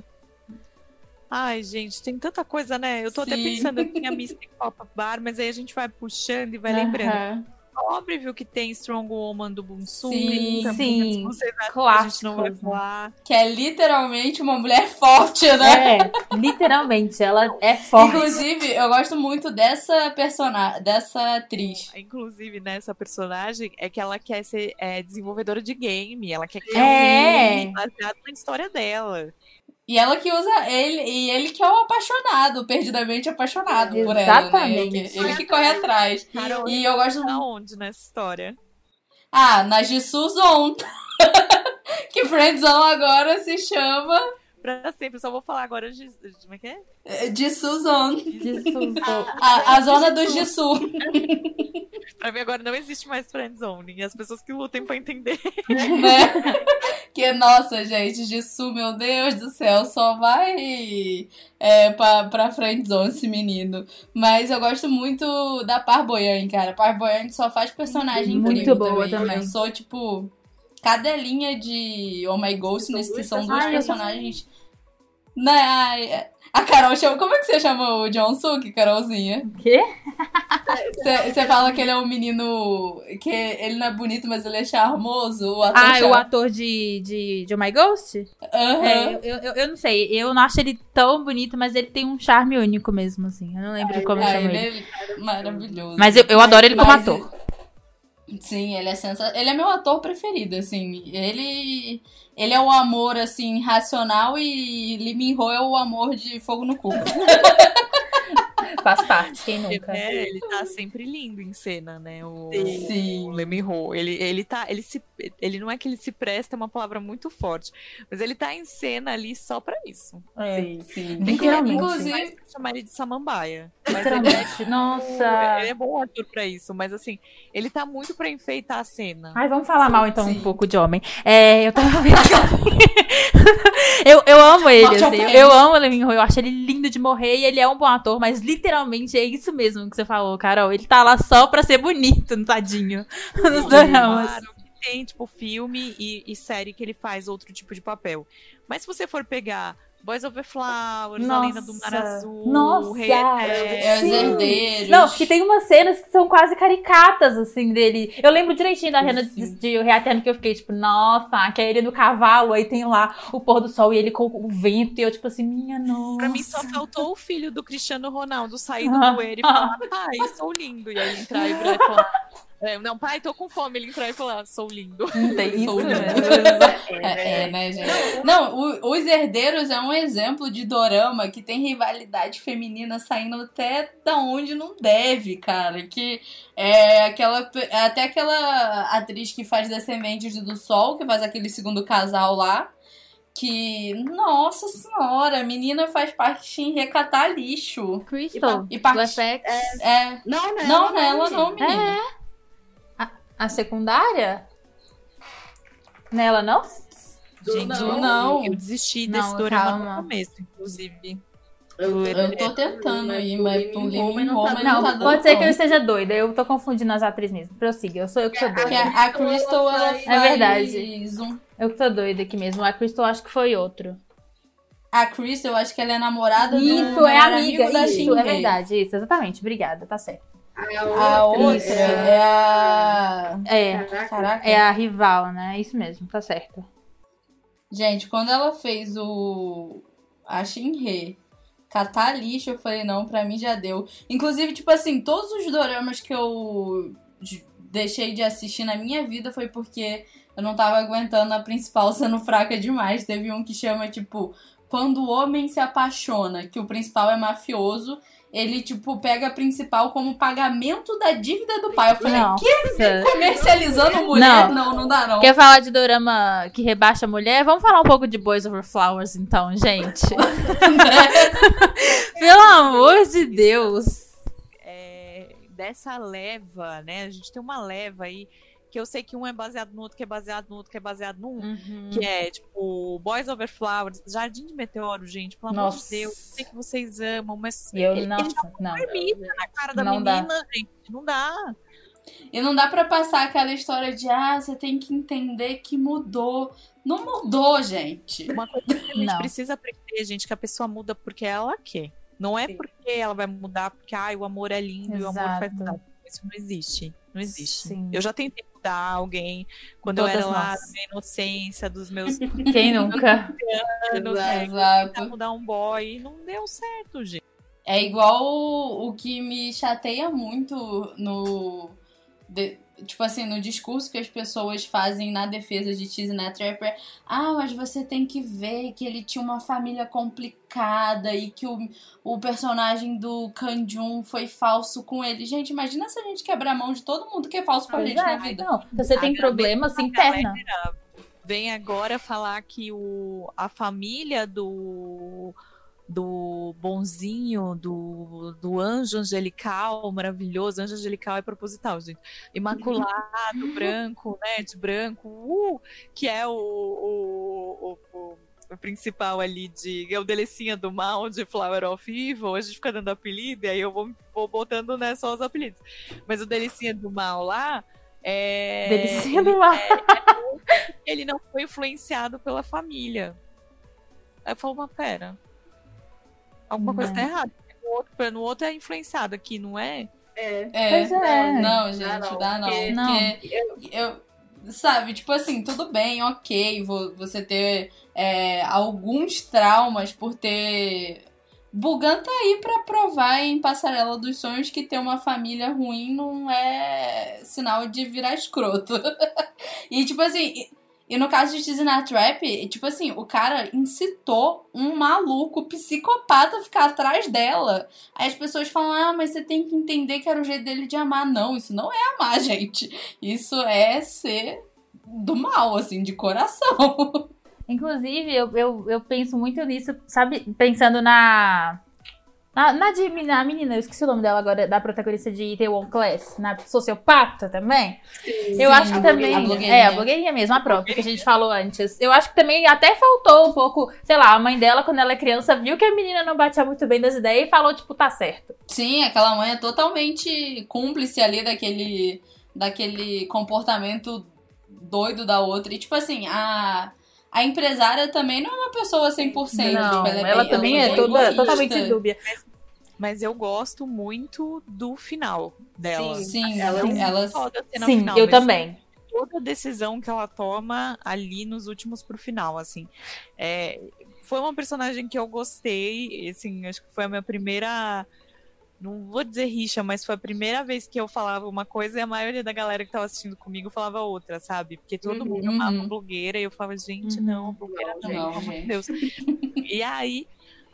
Ai, gente, tem tanta coisa, né? Eu tô Sim. até pensando aqui em a Mystic Pop-Up Bar, mas aí a gente vai puxando e vai uh-huh. lembrando. Óbvio que tem Strong Woman do Bunsumi. Sim, também, sim. Você a gente não vai falar. Que é literalmente uma mulher forte, né? É, literalmente, ela é forte. Inclusive, eu gosto muito dessa personagem, dessa atriz. Inclusive, nessa personagem, é que ela quer ser é, desenvolvedora de game. Ela quer criar é. um game baseado na história dela. E ela que usa ele, e ele que é o apaixonado, perdidamente apaixonado Exatamente. por ela, né? Ele, ele que corre atrás. Carol, e eu gosto aonde nessa história? Ah, na Jisoo Zone. Que Friendzone agora se chama... Pra sempre, eu só vou falar agora de... Como é que é? Jisoo Zone. Jisoo. A, a zona do Jisoo. Pra mim agora não existe mais Friendzone. E as pessoas que lutem pra entender. Né? Que, nossa, gente, Jisoo, meu Deus do céu, só vai é, pra, pra Friendzone esse menino. Mas eu gosto muito da Par Boyan, cara. Par Boyan só faz personagem muito incrível boa também. também. Eu sou, tipo... Cada linha de Oh My Ghostness, que são dois Ai, personagens... Né, a Carol chama... Como é que você chama o John Suk, Carolzinha? O quê? Você fala que ele é um menino... Que ele não é bonito, mas ele é charmoso. O ator ah, char... o ator de, de, de Oh My Ghost? Aham. Uhum. É, eu, eu, eu não sei. Eu não acho ele tão bonito, mas ele tem um charme único mesmo, assim. Eu não lembro Ai, como eu chamo ele. ele. É maravilhoso. Mas eu, eu adoro ele como mas, ator. Sim, ele é sensacional. Ele é meu ator preferido, assim. Ele... Ele é o amor, assim, racional e Lee Min-ho é o amor de fogo no cu. Faz parte, quem nunca? É, ele tá sempre lindo em cena, né? O, Sim. o Lee Min-ho. Ele, ele tá. Ele, se, ele não é que ele se presta, é uma palavra muito forte. Mas ele tá em cena ali só pra isso. É. Sim, sim. Literalmente. Inclusive, Chamar ele de samambaia. Mas ele é, Literalmente. Nossa. ele é bom ator pra isso. Mas assim, ele tá muito pra enfeitar a cena. Ai, vamos falar mal então Sim. um pouco de homem. É, eu tava vendo. eu, eu amo ele, Morte ao assim. pé. Eu amo o Lee Min-ho, eu acho ele lindo de morrer e ele é um bom ator, mas literalmente é isso mesmo que você falou, Carol. Ele tá lá só pra ser bonito, no tadinho. Nos doramas. Claro que tem, tipo, filme e, e série que ele faz outro tipo de papel. Mas se você for pegar Boys Over Flowers, A Lenda do Mar Nossa. Azul, Nossa. o Rei Eterno, é os Sim. herdeiros. Não, que tem umas cenas que são quase caricatas, assim, dele. Eu lembro direitinho da cena de, Sim. de O Rei Eterno que eu fiquei, tipo, nossa, que é ele no cavalo, aí tem lá o pôr do sol e ele com o vento, e eu, tipo assim, minha nossa. Pra mim só faltou o filho do Cristiano Ronaldo sair do Ah. bueiro e falar, pai, sou lindo. E aí ele entrar e virar e falar, é, não, pai, tô com fome. Ele entrar e falar, sou lindo. Não tem isso Sou mesmo. É, é, né, gente? Não, o- Os Herdeiros é um exemplo de dorama que tem rivalidade feminina saindo até da onde não deve, cara. Que é aquela. Até aquela atriz que faz Descendentes do Sol, que faz aquele segundo casal lá. Que, nossa senhora, a menina faz parte em recatar lixo. Crystal, E parte- do F X. É. Não, né? Não, nela não, menina. A secundária? Nela não? Do Gente, não. não. eu desisti Não, desse dorama calma. no começo, inclusive. Eu, Eu tô tentando aí, mas o Lee Min-ho, Min-ho, não tá mas Não, não tá dando pode ser que eu conta. esteja doida. Eu tô confundindo as atrizes mesmo. Prossiga, eu sou eu que sou Porque doida. a, a Crystal, ela faz... É verdade. um- Eu que tô doida aqui mesmo. A Crystal acho que foi outro. A Crystal, eu acho que ela é namorada do Isso, é melhor amiga. amigo da Isso, Shinhei. é verdade. Isso, exatamente. Obrigada, tá certo. A outra Isso. é a... É, Caraca. Caraca. é a rival, né? Isso mesmo, tá certo. Gente, quando ela fez o... a Shinhei catar lixo, eu falei, não, pra mim já deu. Inclusive, tipo assim, todos os doramas que eu j- deixei de assistir na minha vida foi porque eu não tava aguentando a principal sendo fraca demais. Teve um que chama, tipo, Quando o Homem se Apaixona, que o principal é mafioso. Ele, tipo, pega a principal como pagamento da dívida do pai. Eu falei, Nossa. que comercializando mulher? Não. Não, não dá não. Quer falar de dorama que rebaixa a mulher? Vamos falar um pouco de Boys Over Flowers, então, gente. Pelo amor de Deus. É, dessa leva, né? A gente tem uma leva aí que eu sei que um é baseado no outro, que é baseado no outro, que é baseado no um. Uhum. Que é, tipo, Boys Over Flowers, Jardim de Meteoro, gente, pelo amor Nossa. de Deus. Sei que vocês amam, mas E eu, ele, ele nossa, já não. permite na cara da Não dá. menina, gente. Não dá. E não dá pra passar aquela história de, ah, você tem que entender que mudou. Não mudou, gente. Uma coisa que a gente Não. precisa aprender, gente, que a pessoa muda porque ela quer. Não é Sim. porque ela vai mudar porque ai, o amor é lindo e o amor faz Exato. mudar. Isso não existe. Não existe. Sim. Eu já tentei mudar alguém quando Todas eu era lá nós. na minha inocência dos meus Quem nunca? anos, né? Exato. Tentar mudar um boy e não deu certo, gente. É igual o, o que me chateia muito no... de- tipo assim, no discurso que as pessoas fazem na defesa de Cheese Net Trapper. Ah, mas você tem que ver que ele tinha uma família complicada e que o, o personagem do Kanjun foi falso com ele. Gente, imagina se a gente quebrar a mão de todo mundo que é falso com a Pois gente é. na vida. Não, você tem Agradeço problemas a interna. Vem agora falar que o, a família do, do bonzinho, do, do anjo angelical, maravilhoso, anjo angelical é proposital, gente. Imaculado, branco, né? De branco, uh, que é o, o, o, o, o principal ali de. É o Delicinha do Mal, de Flower of Evil. A gente fica dando apelido, e aí eu vou, vou botando, né, só os apelidos. Mas o Delicinha do Mal lá. É, Delicinha do mal. ele não foi influenciado pela família. Aí eu falo, mas pera. Alguma coisa Não. tá errada. No outro, no outro é influenciado aqui, não é? É. É. Pois é. Não, gente, Dá não, dá não. porque- Não. Porque eu, sabe, tipo assim, tudo bem, ok, vo- você ter é, alguns traumas por ter. Bugan tá aí pra provar em Passarela dos Sonhos que ter uma família ruim não é sinal de virar escroto. E tipo assim, E no caso de Tease na Trap, tipo assim, o cara incitou um maluco psicopata a ficar atrás dela. Aí as pessoas falam, ah, mas você tem que entender que era o jeito dele de amar. Não, isso não é amar, gente. Isso é ser do mal, assim, de coração. Inclusive, eu, eu, eu penso muito nisso, sabe? Pensando na... Na, na, de, na menina, eu esqueci o nome dela agora, da protagonista de Itaewon Class, na sociopata também. Sim, eu acho que também. A blogueirinha. É, a blogueirinha mesmo, a própria, que a gente falou antes. Eu acho que também até faltou um pouco, sei lá, a mãe dela, quando ela é criança, viu que a menina não batia muito bem das ideias e falou, tipo, tá certo. Sim, aquela mãe é totalmente cúmplice ali daquele, daquele comportamento doido da outra. E, tipo assim, a. A empresária também não é uma pessoa cem por cento. Não, tipo, ela, é ela bem, também ela é toda, totalmente dúbia. Mas, mas eu gosto muito do final dela. Sim, sim. Ela, ela... sim final, eu também. Toda decisão que ela toma ali nos últimos pro final, assim. É, foi uma personagem que eu gostei, assim, acho que foi a minha primeira... Não vou dizer rixa, mas foi a primeira vez que eu falava uma coisa e a maioria da galera que tava assistindo comigo falava outra, sabe? Porque todo uhum, mundo amava uhum. blogueira e eu falava, gente, uhum. não, blogueira não, não, pelo amor gente. de Deus. E aí,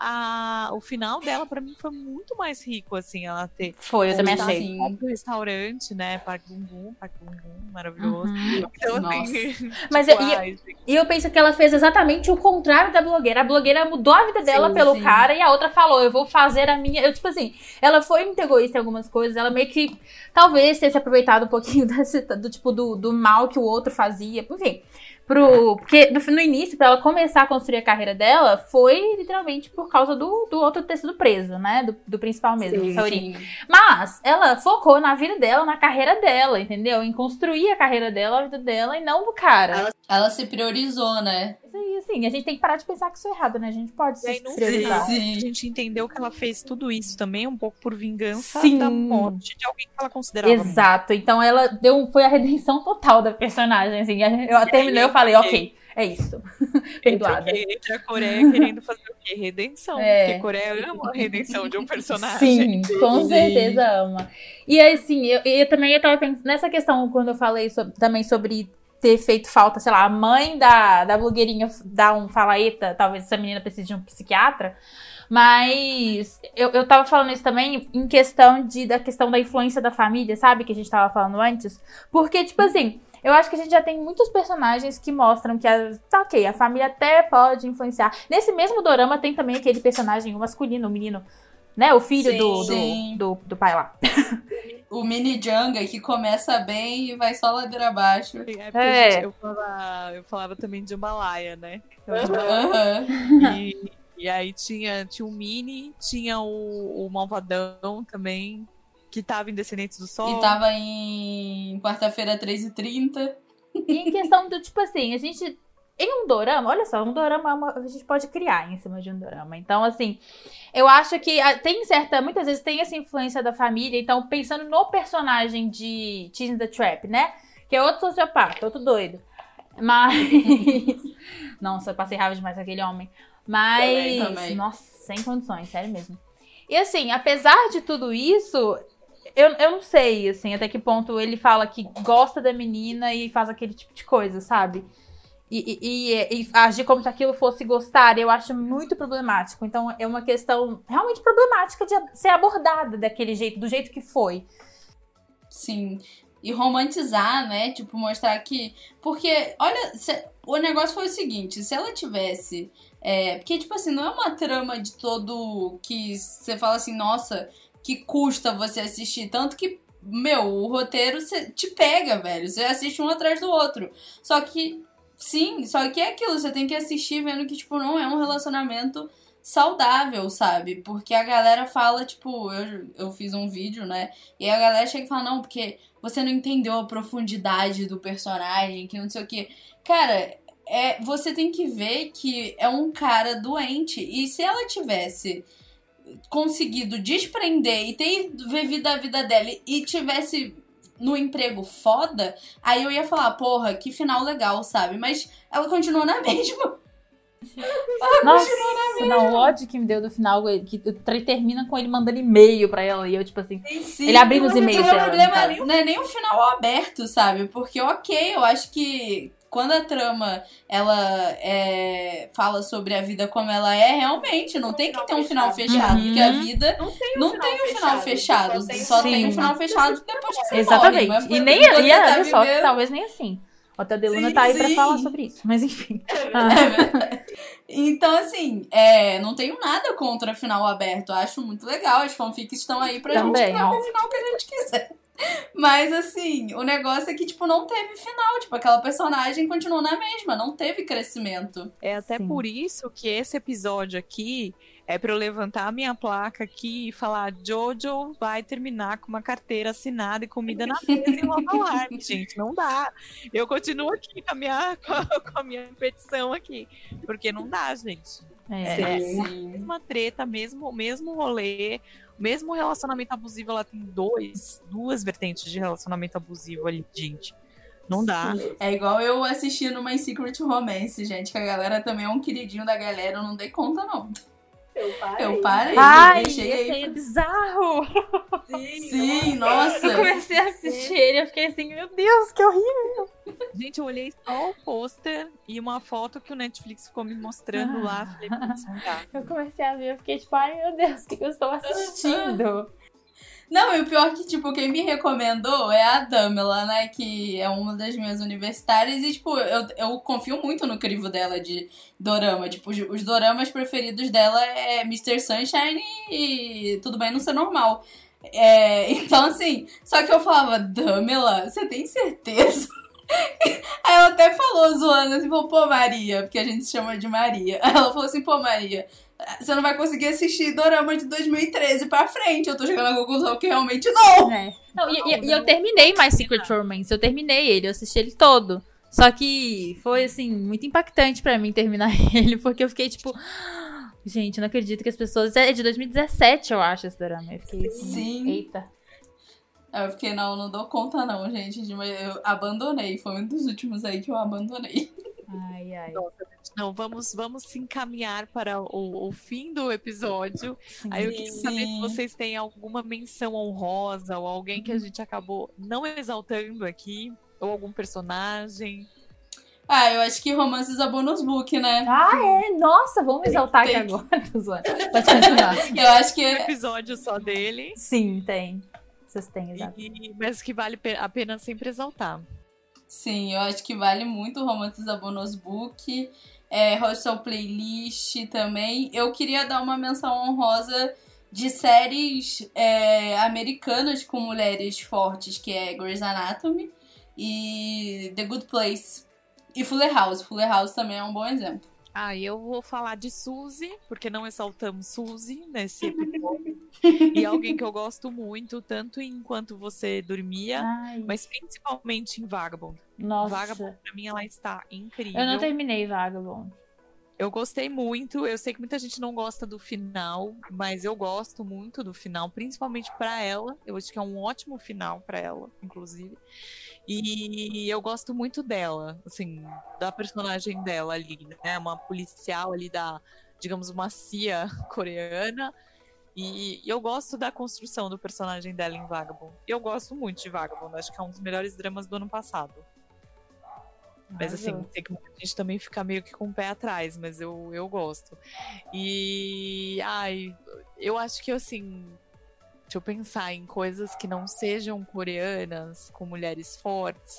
a, o final dela, pra mim, foi muito mais rico, assim, ela ter... Foi, eu também achei. Sim. O restaurante, né? Parque Bumbum, Parque Bumbum, maravilhoso. Uhum. Então, Nossa. assim... Mas tipo, e, ai, e eu penso que ela fez exatamente o contrário da blogueira. A blogueira mudou a vida dela sim, pelo sim. cara e a outra falou, eu vou fazer a minha... Eu, tipo assim, ela foi muito egoísta em algumas coisas, ela meio que, talvez, tenha se aproveitado um pouquinho desse, do, tipo, do, do mal que o outro fazia. Enfim... Pro, porque no, no início, pra ela começar a construir a carreira dela, foi literalmente por causa do, do outro ter sido preso, né? Do, do principal mesmo, sim, Saori. sim. Mas ela focou na vida dela, na carreira dela, entendeu? Em construir a carreira dela, a vida dela, e não do cara. Ela, ela se priorizou, né? Isso aí, assim, a gente tem que parar de pensar que isso é errado, né? A gente pode se não priorizar. Sim. A gente entendeu que ela fez tudo isso também um pouco por vingança Sim. da morte de alguém que ela considerava Exato. Então ela deu, foi a redenção total da personagem, assim. Eu terminei, eu falei, ok, é isso. Perdoada. Entre, entre a Coreia querendo fazer o quê? Redenção. É. Porque a Coreia ama a redenção de um personagem. Sim, com certeza ama. E aí, assim, eu, eu também eu tava pensando nessa questão, quando eu falei sobre, também sobre ter feito falta, sei lá, a mãe da, da blogueirinha dar um fala, eita, talvez essa menina precise de um psiquiatra. Mas eu, eu tava falando isso também em questão de, da questão da influência da família, sabe? Que a gente tava falando antes. Porque, tipo assim, eu acho que a gente já tem muitos personagens que mostram que, a, tá ok, a família até pode influenciar. Nesse mesmo dorama tem também aquele personagem masculino, o menino, né? O filho Sim, do, sim. do, do, do pai lá. O mini Janga que começa bem e vai só ladeira abaixo. É, porque É. Gente, eu, falava, eu falava também de Himalaia, né? Então, Uhum. e, e aí tinha, tinha o Mini, tinha o, o Malvadão também, que tava em Descendentes do Sol. E tava em quarta-feira, três e trinta. E em questão do, tipo assim, a gente... Em um dorama, olha só, um dorama é uma, a gente pode criar em cima de um dorama. Então, assim, eu acho que tem certa... Muitas vezes tem essa influência da família. Então, pensando no personagem de Tease the Trap, né? Que é outro sociopata, outro doido. Mas... Nossa, eu passei raiva demais com aquele homem. Mas... Também, também. Nossa, sem condições, sério mesmo. E assim, apesar de tudo isso... Eu, eu não sei, assim, até que ponto ele fala que gosta da menina e faz aquele tipo de coisa, sabe? E, e, e, e agir como se aquilo fosse gostar, eu acho muito problemático. Então, é uma questão realmente problemática de ser abordada daquele jeito, do jeito que foi. Sim. E romantizar, né? Tipo, mostrar que... Porque, olha, se... o negócio foi o seguinte, se ela tivesse... É... Porque, tipo assim, não é uma trama de todo que você fala assim, nossa, que custa você assistir. Tanto que, meu, o roteiro cê... te pega, velho. Você assiste um atrás do outro. Só que... Sim, só que é aquilo, você tem que assistir vendo que, tipo, não é um relacionamento saudável, sabe? Porque a galera fala, tipo, eu, eu fiz um vídeo, né? E a galera chega e fala, não, porque você não entendeu a profundidade do personagem, que não sei o quê. Cara, é, você tem que ver que é um cara doente. E se ela tivesse conseguido desprender e ter vivido a vida dela e tivesse... no emprego foda, aí eu ia falar, porra, que final legal, sabe? Mas ela continua na mesma. Ela Nossa, continua na mesma. não, o ódio que me deu do final, que termina com ele mandando e-mail pra ela, e eu, tipo assim, Sim, ele abrindo os o e-mails meu dela. problema não é nem o final aberto, sabe? Porque, ok, eu acho que quando a trama, ela é, fala sobre a vida como ela é, realmente, não tem que ter um final fechado, Uhum. porque a vida Não tem um não final tem um fechado, final fechado, só tem só Sim. tem um final fechado depois que você Exatamente. morre. Mas E por nem enquanto e você tá olha só, vivendo- talvez nem assim. O Hotel de Luna Sim, tá aí pra sim. falar sobre isso. Mas enfim. Ah. É verdade. Então, assim, é, não tenho nada contra final aberto. Acho muito legal. As fanfics estão aí pra Também, gente criar ó. o final que a gente quiser. Mas, assim, o negócio é que, tipo, não teve final. Tipo, aquela personagem continuou na mesma. Não teve crescimento. É até Sim. por isso que esse episódio aqui é pra eu levantar a minha placa aqui e falar: Jojo vai terminar com uma carteira assinada e comida na mesa em Love Alarm, gente. Não dá. Eu continuo aqui com a minha, com a minha petição aqui. Porque não dá, gente. É. É, Sim. mesma treta, mesmo, mesmo rolê, mesmo relacionamento abusivo, ela tem dois, duas vertentes de relacionamento abusivo ali, gente. Não dá. É igual eu assistindo My Secret Romance, gente. Que a galera também é um queridinho da galera. Eu não dei conta, não. Eu parei. Eu parei. Ai, eu esse deixei aí aí. é bizarro. Sim, nossa. Eu comecei a assistir ele e eu fiquei assim, meu Deus, que horrível. Gente, eu olhei só o pôster e uma foto que o Netflix ficou me mostrando lá. Falei, putz, não dá. Eu comecei a ver, eu fiquei tipo, ai meu Deus, o que que eu estou assistindo? Não, e o pior é que, tipo, quem me recomendou é a Damela, né? Que é uma das minhas universitárias. E, tipo, eu, eu confio muito no crivo dela de dorama. Tipo, os, os doramas preferidos dela é mister Sunshine e Tudo Bem Não Ser Normal. É, então, assim, só que eu falava, Damela, você tem certeza? Aí ela até falou, zoando, assim, falou, pô, Maria, porque a gente se chama de Maria. Aí ela falou assim, pô, Maria, você não vai conseguir assistir dorama de dois mil e treze pra frente. Eu tô chegando à conclusão que realmente não. É. Não, e, e- e eu terminei My Secret Romance, eu terminei ele, eu assisti ele todo. Só que foi, assim, muito impactante pra mim terminar ele, porque eu fiquei tipo... Gente, eu não acredito que as pessoas... É de dois mil e dezessete, eu acho, esse dorama. Eu fiquei assim, Sim. eita. Aí eu fiquei, não, não dou conta não, gente. Eu abandonei. Foi um dos últimos aí que eu abandonei. Ai, ai. Nossa, gente, não, vamos, vamos se encaminhar para o, o fim do episódio. Sim. Aí eu queria saber se Sim. vocês têm alguma menção honrosa ou alguém que a gente acabou não exaltando aqui, ou algum personagem. Ah, eu acho que Romances a Bonus Book, né? Ah, é? Nossa, vamos exaltar aqui Tem. agora. Tô zoando. Pode continuar. Eu acho que Um é... episódio só dele, Sim, tem. Vocês têm, exato. e, mas que vale pe- a pena sempre exaltar. Sim, eu acho que vale muito Romances a Bonus Book. É, Hostel Playlist também. Eu queria dar uma menção honrosa de séries é, americanas com mulheres fortes, que é Grey's Anatomy e The Good Place. E Fuller House. Fuller House também é um bom exemplo. Ah, e eu vou falar de Suzy, porque não exaltamos Suzy nesse episódio. E alguém que eu gosto muito, tanto em Enquanto Você Dormia, Ai, mas principalmente em Vagabond. nossa. Vagabond, pra mim, ela está incrível. Eu não terminei Vagabond. Eu gostei muito. Eu sei que muita gente não gosta do final, mas eu gosto muito do final, principalmente pra ela. Eu acho que é um ótimo final pra ela, inclusive. E eu gosto muito dela, assim, da personagem dela ali, né? Uma policial ali da, digamos, uma C I A coreana. E eu gosto da construção do personagem dela em Vagabond. Eu gosto muito de Vagabond, acho que é um dos melhores dramas do ano passado. Mas assim, Arrasou. sei que muita gente também fica meio que com o pé atrás, mas eu, eu gosto. E ai, eu acho que assim, deixa eu pensar em coisas que não sejam coreanas, com mulheres fortes.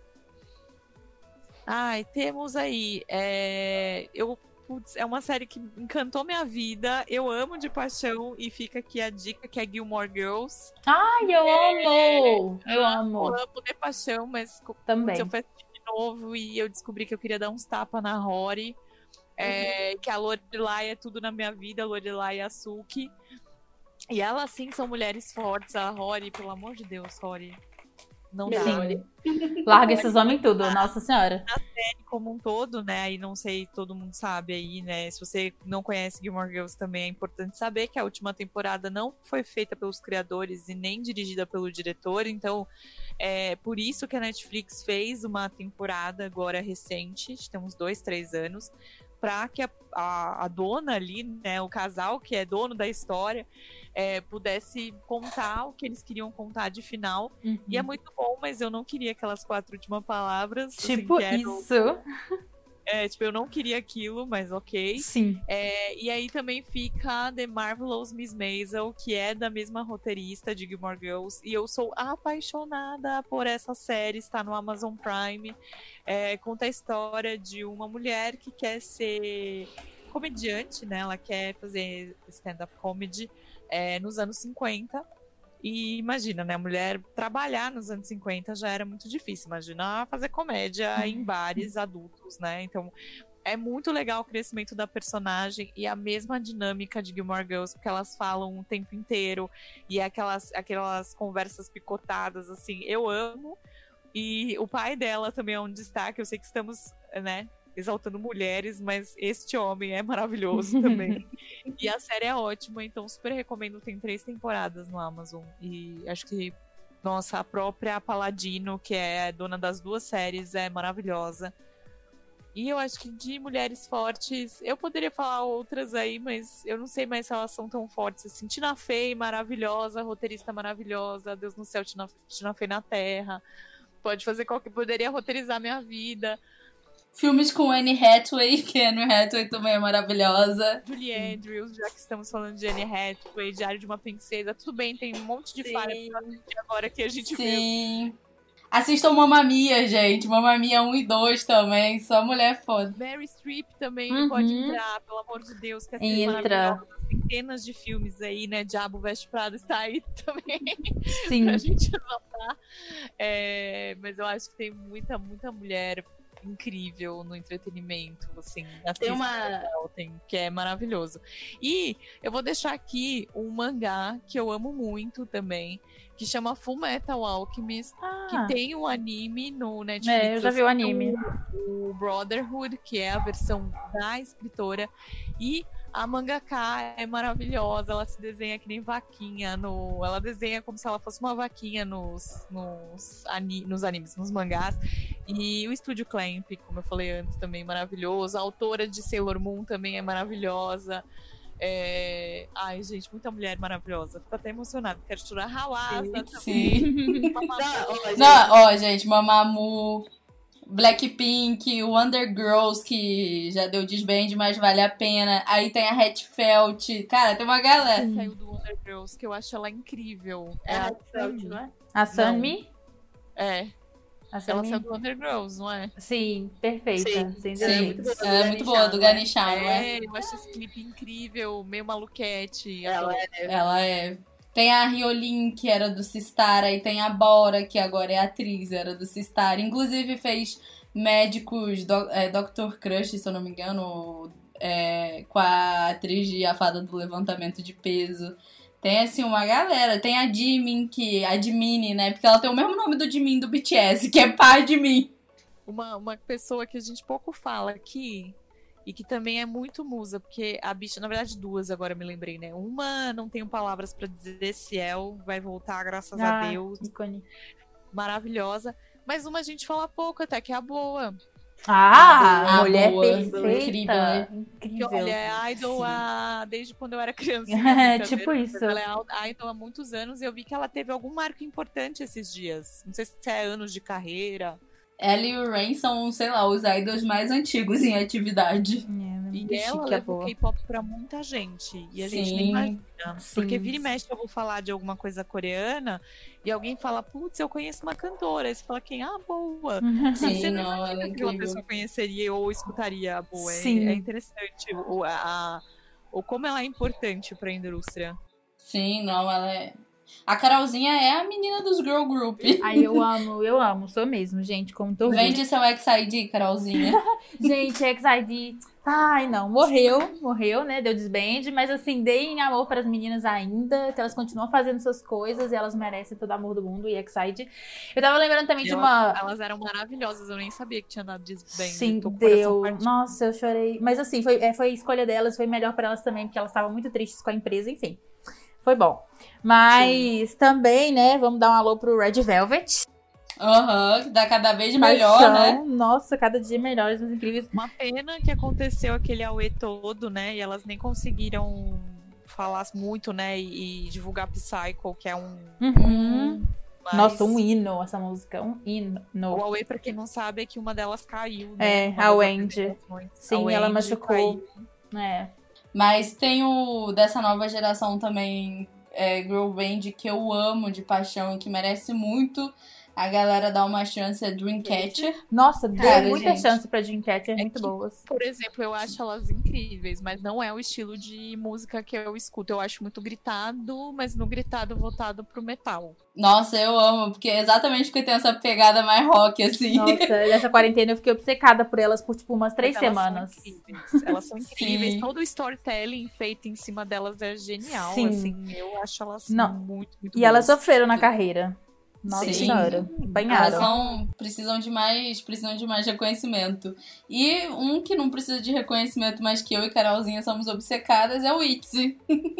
Ai, temos aí. É, eu, putz, é uma série que encantou minha vida. Eu amo de paixão e fica aqui a dica que é Gilmore Girls. Ai, eu amo! Eu Eu amo. amo de paixão, mas co- Também. putz, eu fui assistir de novo e eu descobri que eu queria dar uns tapas na Rory. É, que a Lorelai é tudo na minha vida, a Lorelai e a Suki. E elas sim são mulheres fortes, a Rory, pelo amor de Deus, Rory. Não dá. Sim. Larga esses homens tudo, nossa senhora. Como um todo, né? Aí não sei, todo mundo sabe aí, né? Se você não conhece Gilmore Girls também é importante saber que a última temporada não foi feita pelos criadores e nem dirigida pelo diretor, então é por isso que a Netflix fez uma temporada agora recente, tem uns dois, três anos, para que a, a, a dona ali, né, o casal que é dono da história, é, pudesse contar o que eles queriam contar de final. Uhum. E é muito bom, mas eu não queria aquelas quatro últimas palavras. Tipo assim, isso. É, tipo, eu não queria aquilo, mas ok. Sim. É, e aí também fica The Marvelous Miss Maisel, que é da mesma roteirista de Gilmore Girls. E eu sou apaixonada por essa série, está no Amazon Prime. É, conta a história de uma mulher que quer ser comediante, né? Ela quer fazer stand-up comedy é, nos anos cinquenta. E imagina, né? A mulher trabalhar nos anos cinquenta já era muito difícil. Imagina fazer comédia em bares adultos, né? Então, é muito legal o crescimento da personagem e a mesma dinâmica de Gilmore Girls, porque elas falam o tempo inteiro e é aquelas, aquelas conversas picotadas, assim. Eu amo. E o pai dela também é um destaque. Eu sei que estamos, né, exaltando mulheres, mas este homem é maravilhoso também. E a série é ótima, então super recomendo. Tem três temporadas no Amazon. E acho que, nossa, a própria Paladino, que é dona das duas séries, é maravilhosa. E eu acho que de mulheres fortes, eu poderia falar outras aí, mas eu não sei mais se elas são tão fortes assim. Tina Fey, maravilhosa, roteirista maravilhosa, Deus no céu, Tina, Tina Fey na terra. Pode fazer qualquer... Poderia roteirizar minha vida. Filmes com Anne Hathaway, que Anne Hathaway também é maravilhosa. Julie Andrews, já que estamos falando de Anne Hathaway, Diário de uma Princesa, tudo bem, tem um monte de falha agora que a gente viu. Sim. Assistam Mamma Mia, gente. Mamma Mia um e dois também, só mulher foda. Mary Streep também Uhum. pode entrar, pelo amor de Deus, que é Entra. centenas de filmes aí, né? Diabo Veste Prada está aí também Sim. pra gente anotar. É, mas eu acho que tem muita, muita mulher incrível no entretenimento, assim, Tem uma... tem, que é maravilhoso. E eu vou deixar aqui um mangá que eu amo muito também, que chama Full Metal Alchemist, Ah. que tem um anime no Netflix. É, eu já vi o anime. O, o Brotherhood, que é a versão da escritora, e a mangaka é maravilhosa, ela se desenha que nem vaquinha, no, ela desenha como se ela fosse uma vaquinha nos, nos, ani, nos animes, nos mangás. E o Estúdio Clamp, como eu falei antes, também maravilhoso. A autora de Sailor Moon também é maravilhosa. É... Ai, gente, muita mulher maravilhosa. Fico até emocionada. Quero chorar Hawasa também. Sim. Mamamoo. Não, ó, gente, Mamamoo, Blackpink, Wonder Girls, que já deu desband, mas vale a pena. Aí tem a Hatfelt. Cara, tem uma galera. Ela saiu do Wonder Girls, que eu acho ela incrível. É a Hatfelt, não é? A Sunmi? É. A Ela Sunmi? saiu do Wonder Girls, não é? Sim, perfeita. Sim, Sem sim. dúvida. muito boa. Ela é muito boa, do Ganisha, não é? É, eu acho esse clipe incrível, meio maluquete. Ela é. Ela é. Tem a Riolin, que era do Sistar, aí tem a Bora, que agora é atriz, era do Sistar. Inclusive fez Médicos, do, é, doutor Crush, se eu não me engano, é, com a atriz de A Fada do Levantamento de Peso. Tem, assim, uma galera. Tem a Jimin, que... A Jimine, né? Porque ela tem o mesmo nome do Jimin do B T S, que é pai de mim. Uma, uma pessoa que a gente pouco fala aqui e que também é muito musa, porque a bicha, na verdade, duas agora me lembrei, né? Uma, não tenho palavras pra dizer, Ciel, vai voltar, graças Ah, a Deus. ícone. Maravilhosa. Mas uma a gente fala pouco até, que é a Boa. Ah, A mulher boa, perfeita. incrível, né? Que, Incrível. olha, é idol Sim. a... desde quando eu era criança. É, tipo isso. Ela é idol há muitos anos e eu vi que ela teve algum marco importante esses dias. Não sei se é anos de carreira. Ela e o Rain são, sei lá, os idols mais antigos em atividade. É, E muito ela chique, a levou boa. K-pop pra muita gente. E a gente Sim. nem imagina. Sim. Porque vira e mexe eu vou falar de alguma coisa coreana e alguém fala, putz, eu conheço uma cantora. Aí você fala, quem? Ah, Boa. Sim, Você não, ela é que uma incrível. pessoa conheceria ou escutaria a Boa. É, Sim. é interessante o, a, a, o como ela é importante pra indústria. Sim, não, ela é... A Carolzinha é a menina dos girl group. Ai, eu amo, eu amo, sou mesmo, gente, como tô Vende seu X I D, Carolzinha. Gente, X I D. Ai, não, morreu, morreu, né? Deu desband, mas assim, deem amor para as meninas ainda, que elas continuam fazendo suas coisas e elas merecem todo o amor do mundo. E X I D. Eu tava lembrando também de Eu- uma. Elas eram maravilhosas, eu nem sabia que tinha dado desband. Sim, Tô com o coração deu. partido. Nossa, eu chorei. Mas assim, foi, é, foi escolha delas, foi melhor pra elas também, porque elas estavam muito tristes com a empresa, enfim. Foi bom. Mas também, né, vamos dar um alô pro Red Velvet. Aham, uhum, que dá cada vez melhor, Paixão. né? Nossa, cada dia melhores, mais incríveis. Uma pena que aconteceu aquele auê todo, né? E elas nem conseguiram falar muito, né? E, e divulgar Psycho, que é um... Uhum. Mas... Nossa, um hino, essa música, um hino. O Away, pra quem não sabe, é que uma delas caiu, né? É, a Wendy. Sim, a ela Wendy machucou. Caiu. É. Mas tem o dessa nova geração também, é, Girl Band, que eu amo de paixão e que merece muito a galera dar uma chance, é Dreamcatcher. Nossa, deu Cara, muita gente, chance pra Dreamcatcher, é muito que, boas. Por exemplo, eu acho elas incríveis, mas não é o estilo de música que eu escuto. Eu acho muito gritado, mas no gritado voltado pro metal. Nossa, eu amo, porque é exatamente porque tem essa pegada mais rock, assim. Nossa, nessa quarentena eu fiquei obcecada por elas por, tipo, umas três mas elas semanas. São incríveis. Elas são incríveis. Sim. Todo o storytelling feito em cima delas é genial, Sim. assim. Eu acho elas não. muito, muito E boas. elas sofreram na carreira. Nossa Sim. senhora, Elas banharam. são, precisam de mais, precisam de mais reconhecimento. E um que não precisa de reconhecimento, mas que eu e Carolzinha somos obcecadas, é o ITZY.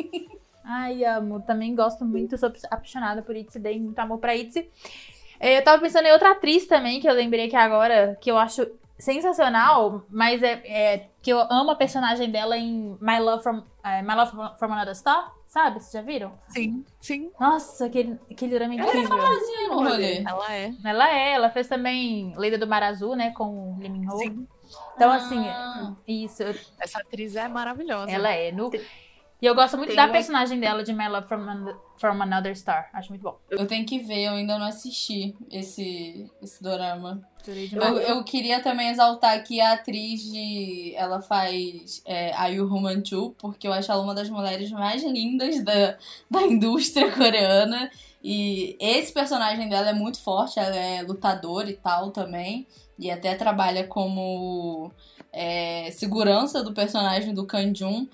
Ai, amo. Também gosto muito, sou apaixonada por ITZY, dei muito amor pra ITZY. Eu tava pensando em outra atriz também, que eu lembrei aqui agora, que eu acho sensacional, mas é, é que eu amo a personagem dela em My Love from, uh, My Love from Another Star. Sabe? Vocês já viram? Sim, sim. Nossa, aquele, aquele drama incrível. Ela é famosinha no rolê. Ela é. Ela é. Ela fez também Leda do Mar Azul, né? Com o Lee Min-ho. Sim. Então, Ah. assim, isso. Essa atriz é maravilhosa. Ela é. No... E eu gosto muito Tem da uma- personagem dela de My Love from, An- from Another Star. Acho muito bom. Eu tenho que ver, eu ainda não assisti esse, esse dorama. Adorei Eu, demais. eu queria também exaltar aqui a atriz de... Ela faz é, a Yu Romanchu, porque eu acho ela uma das mulheres mais lindas da, da indústria coreana. E esse personagem dela é muito forte, ela é lutadora e tal também. E até trabalha como é, segurança do personagem do Kang-joon.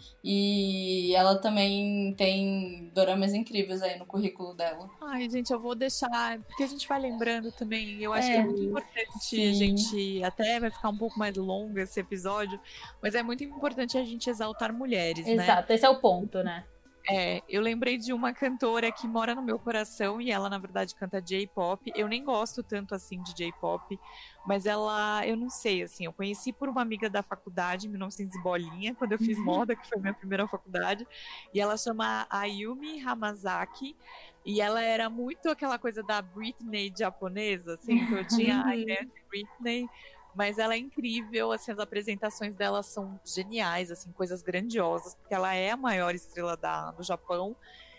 E ela também tem doramas incríveis aí no currículo dela. Ai, gente, eu vou deixar, porque a gente vai lembrando também. Eu acho É, que é muito importante sim. a gente, até vai ficar um pouco mais longo esse episódio, mas é muito importante a gente exaltar mulheres, né? Exato, esse é o ponto, né? É, eu lembrei de uma cantora que mora no meu coração e ela, na verdade, canta J-pop. Eu nem gosto tanto, assim, de J-pop, mas ela, eu não sei, assim, eu conheci por uma amiga da faculdade, em mil e novecentos e bolinha, quando eu fiz moda, que foi a minha primeira faculdade, e ela chama Ayumi Hamazaki, e ela era muito aquela coisa da Britney japonesa, assim, então eu tinha a ideia de Britney, mas ela é incrível, assim, as apresentações dela são geniais, assim, coisas grandiosas, porque ela é a maior estrela da, do Japão,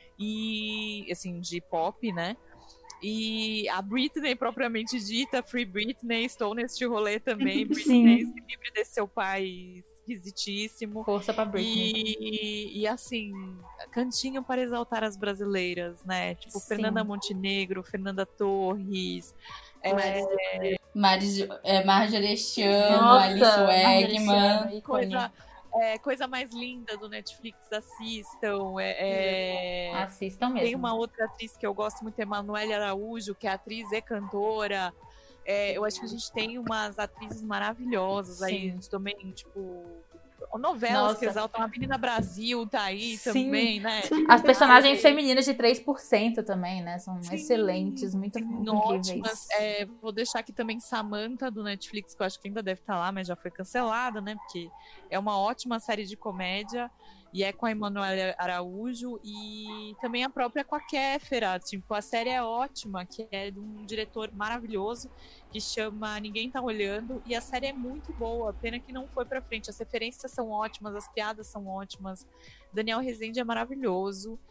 e, assim, de pop, né? E a Britney, propriamente dita, Free Britney, estou neste rolê também, Britney, se livre desse seu pai esquisitíssimo. Força pra Britney. E, e assim, cantinho para exaltar as brasileiras, né? Tipo, Sim. Fernanda Montenegro, Fernanda Torres, é, Maris, é, Marjorie este ano, Nossa, Alice Marjorie Wegman. Chiano, ícone. coisa, é, coisa mais linda do Netflix, assistam. É, é, Assistam mesmo. tem uma outra atriz que eu gosto muito, Emanuele Araújo, que é atriz e cantora. É, eu acho que a gente tem umas atrizes maravilhosas aí Sim. também, tipo, novelas Nossa. que exaltam. A Avenida Brasil tá aí Sim. também, né? As personagens Ai, femininas de três por cento também, né? São Sim, excelentes, muito, sim, muito ótimas. incríveis. É, vou deixar aqui também Samantha do Netflix, que eu acho que ainda deve estar lá, mas já foi cancelada, né? Porque é uma ótima série de comédia e é com a Emanuele Araújo e também a própria com a Kéfera. Tipo, a série é ótima, que é de um diretor maravilhoso que chama Ninguém Tá Olhando, e a série é muito boa, pena que não foi pra frente. As referências são ótimas, as piadas são ótimas. Daniel Rezende é maravilhoso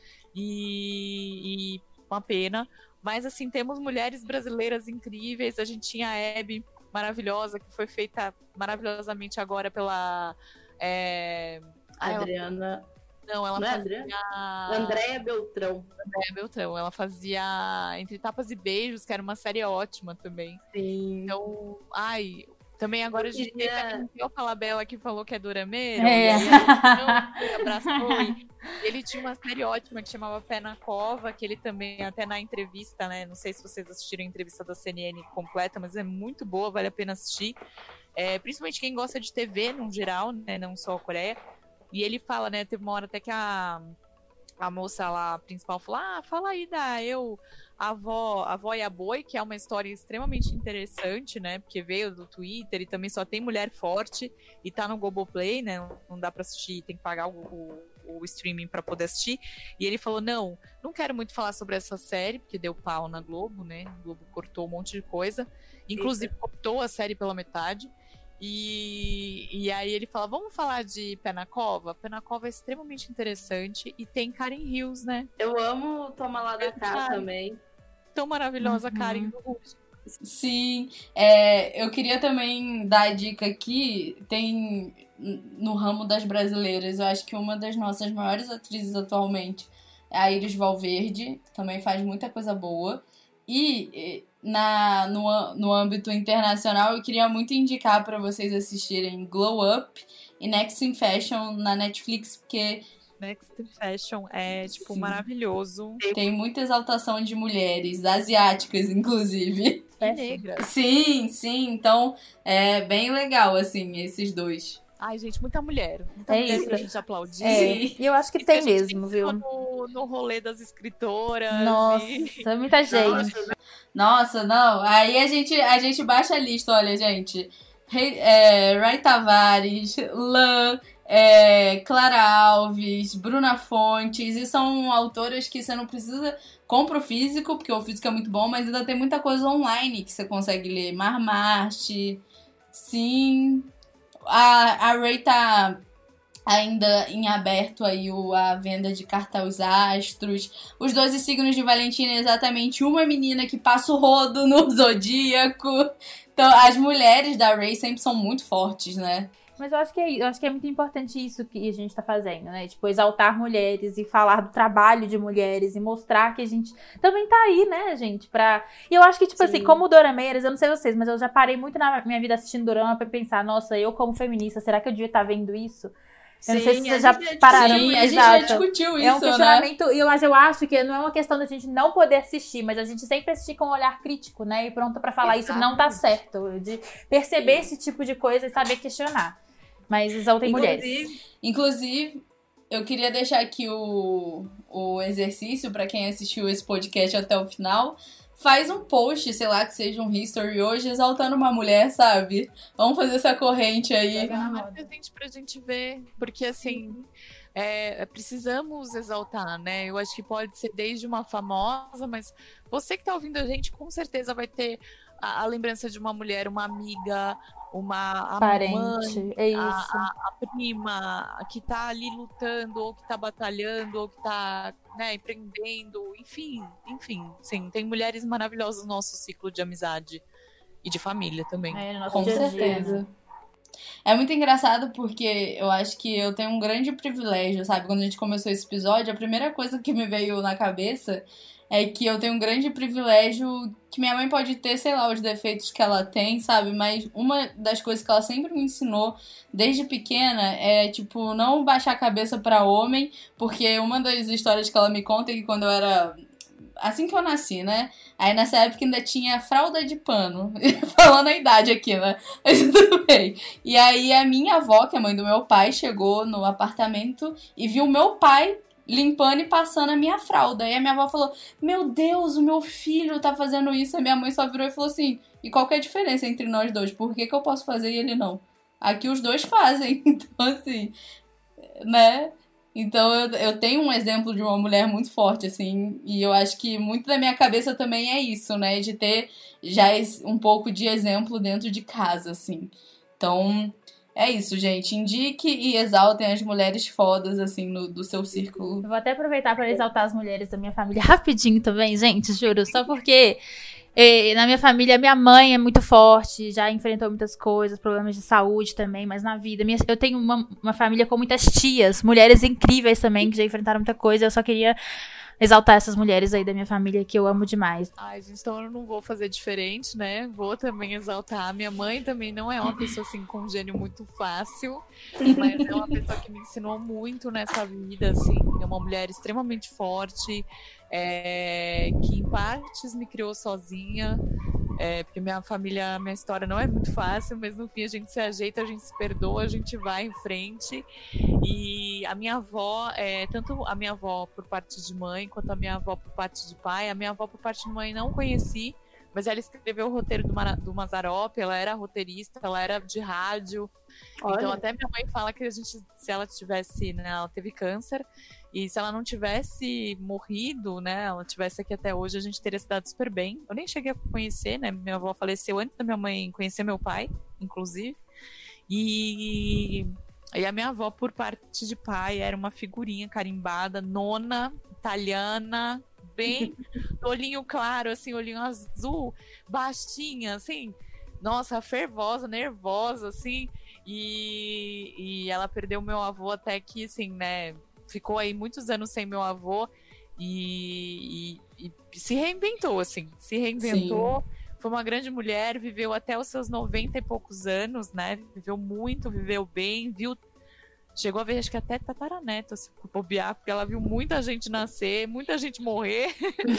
e, e uma pena. Mas, assim, temos mulheres brasileiras incríveis. A gente tinha a Abby, maravilhosa, que foi feita maravilhosamente agora pela... É... ah, ela- Adriana. Não, ela Não é fazia... Andréia Beltrão. Andréia Beltrão. Ela fazia Entre Tapas e Beijos, que era uma série ótima também. Sim. Então, ai... Também agora a gente tem queria- também o Falabella que falou que é dorameiro. É. E aí a gente não abraçou. E ele tinha uma série ótima que chamava Pé na Cova, que ele também, até na entrevista, né? Não sei se vocês assistiram a entrevista da C N N completa, mas é muito boa, vale a pena assistir. É, principalmente quem gosta de T V, no geral, né? Não só a Coreia. E ele fala, né? Teve uma hora até que a, a moça lá, a principal, falou, ah, fala aí da eu, a avó, a avó e a boi, que é uma história extremamente interessante, né, porque veio do Twitter e também só tem mulher forte e tá no Globoplay, né, não dá pra assistir, tem que pagar o, o, o streaming pra poder assistir, e ele falou, não, não quero muito falar sobre essa série, porque deu pau na Globo, né, a Globo cortou um monte de coisa, inclusive cortou a série pela metade. E, e aí ele fala, vamos falar de Pé na Cova? Pé na Cova é extremamente interessante e tem Karen Hills, né? Eu amo Toma Lá da Cá Ai, também. tão maravilhosa, Uhum. Karen do Ruge. Sim, é, eu queria também dar a dica aqui, tem no ramo das brasileiras, eu acho que uma das nossas maiores atrizes atualmente é a Iris Valverde, também faz muita coisa boa. E na, no, no âmbito internacional, eu queria muito indicar para vocês assistirem Glow Up e Next in Fashion na Netflix, porque Next in Fashion é, tipo, Sim. maravilhoso. tem muita exaltação de mulheres, asiáticas, inclusive. E negras. Sim, sim, então é bem legal, assim, esses dois. Ai, gente, muita mulher. Muita É mulher isso. pra gente aplaudir. É, Sim. e eu acho que E tem a gente mesmo, ficou viu? No, no rolê das escritoras. Nossa, e- muita gente. Nossa, não, aí a gente, a gente baixa a lista, olha, gente. Rei- É, Rai Tavares, Lan, é, Clara Alves, Bruna Fontes, e são autoras que você não precisa... Compra o físico, porque o físico é muito bom, mas ainda tem muita coisa online que você consegue ler. Marmarte, sim. A, a Ray tá ainda em aberto aí o, a venda de carta aos astros. Os doze signos de Valentina é exatamente uma menina que passa o rodo no zodíaco. Então, as mulheres da Ray sempre são muito fortes, né? Mas eu acho que é, eu acho que é muito importante isso que a gente tá fazendo, né? Tipo, exaltar mulheres e falar do trabalho de mulheres e mostrar que a gente também tá aí, né, gente? Pra... E eu acho que, tipo Sim. assim, como dorameiras, eu não sei vocês, mas eu já parei muito na minha vida assistindo dorama pra pensar, nossa, eu como feminista, será que eu devia estar vendo isso? Eu não sei se Sim, vocês a já gente já pararam. Sim, a gente já Exato. discutiu isso, É um né? questionamento, e eu- mas eu acho que não é uma questão da gente não poder assistir, mas a gente sempre assistir com um olhar crítico, né? E pronta pra falar, isso não tá certo. De perceber esse tipo de coisa e saber questionar. Mas exaltem mulheres. Inclusive, Inclusive, eu queria deixar aqui o, o exercício para quem assistiu esse podcast até o final. Faz um post, sei lá, que seja um history hoje, exaltando uma mulher, sabe? Vamos fazer essa corrente aí. Joga na Marca roda. a gente pra gente ver, porque assim, é, precisamos exaltar, né? Eu acho que pode ser desde uma famosa, mas você que tá ouvindo a gente, com certeza vai ter a, a lembrança de uma mulher, uma amiga, uma a mãe, Parente, é isso. a, a, a prima que tá ali lutando, ou que tá batalhando, ou que tá, né, empreendendo, enfim, enfim, sim, tem mulheres maravilhosas no nosso ciclo de amizade e de família também. É, no nosso Com dia a dia, certeza. né? É muito engraçado porque eu acho que eu tenho um grande privilégio, sabe? Quando a gente começou esse episódio, a primeira coisa que me veio na cabeça é que eu tenho um grande privilégio que minha mãe pode ter, sei lá, os defeitos que ela tem, sabe? Mas uma das coisas que ela sempre me ensinou desde pequena é, tipo, não baixar a cabeça pra homem, porque uma das histórias que ela me conta é que quando eu era... Assim que eu nasci, né? Aí nessa época ainda tinha fralda de pano. Falando a idade aqui, né? Mas tudo bem. E aí a minha avó, que é a mãe do meu pai, chegou no apartamento e viu o meu pai limpando e passando a minha fralda. E a minha avó falou, meu Deus, o meu filho tá fazendo isso. A minha mãe só virou e falou assim, e qual que é a diferença entre nós dois? Por que que eu posso fazer e ele não? Aqui os dois fazem. Então, assim, né? Então eu, eu tenho um exemplo de uma mulher muito forte, assim, e eu acho que muito da minha cabeça também é isso, né? De ter já esse- um pouco de exemplo dentro de casa, assim. Então, é isso, gente. Indique e exaltem as mulheres fodas, assim, no, do seu círculo. Eu vou até aproveitar para exaltar as mulheres da minha família rapidinho também, gente, juro. Só porque eh, na minha família, minha mãe é muito forte, já enfrentou muitas coisas, problemas de saúde também, mas na vida. Minha- eu tenho uma, uma família com muitas tias, mulheres incríveis também, que já enfrentaram muita coisa. Eu só queria exaltar essas mulheres aí da minha família que eu amo demais. Ai, gente, então eu não vou fazer diferente, né? Vou também exaltar. Minha mãe também não é uma pessoa assim com um gênio muito fácil, mas é uma pessoa que me ensinou muito nessa vida, assim. É uma mulher extremamente forte, é, que em partes me criou sozinha. É, porque minha família, minha história não é muito fácil, mas no fim a gente se ajeita, a gente se perdoa, a gente vai em frente. E a minha avó, é, tanto a minha avó por parte de mãe, quanto a minha avó por parte de pai, a minha avó por parte de mãe não conheci, mas ela escreveu o roteiro do, Mara, do Mazzaropi, ela era roteirista, ela era de rádio. Olha. Então até minha mãe fala que a gente, se ela tivesse, né, ela teve câncer, e se ela não tivesse morrido, né, ela tivesse aqui até hoje, a gente teria se dado super bem. Eu nem cheguei a conhecer, né, minha avó faleceu antes da minha mãe conhecer meu pai, inclusive. E, e a minha avó, por parte de pai, era uma figurinha carimbada, nona, italiana, bem, olhinho claro, assim, olhinho azul, baixinha, assim, nossa, fervosa, nervosa, assim, e, e ela perdeu meu avô até que, assim, né, ficou aí muitos anos sem meu avô e, e, e se reinventou, assim, se reinventou. Sim. Foi uma grande mulher, viveu até os seus noventa e poucos anos, né, viveu muito, viveu bem, viu. Chegou a ver, acho que até tataraneto, se for bobear, porque ela viu muita gente nascer, muita gente morrer.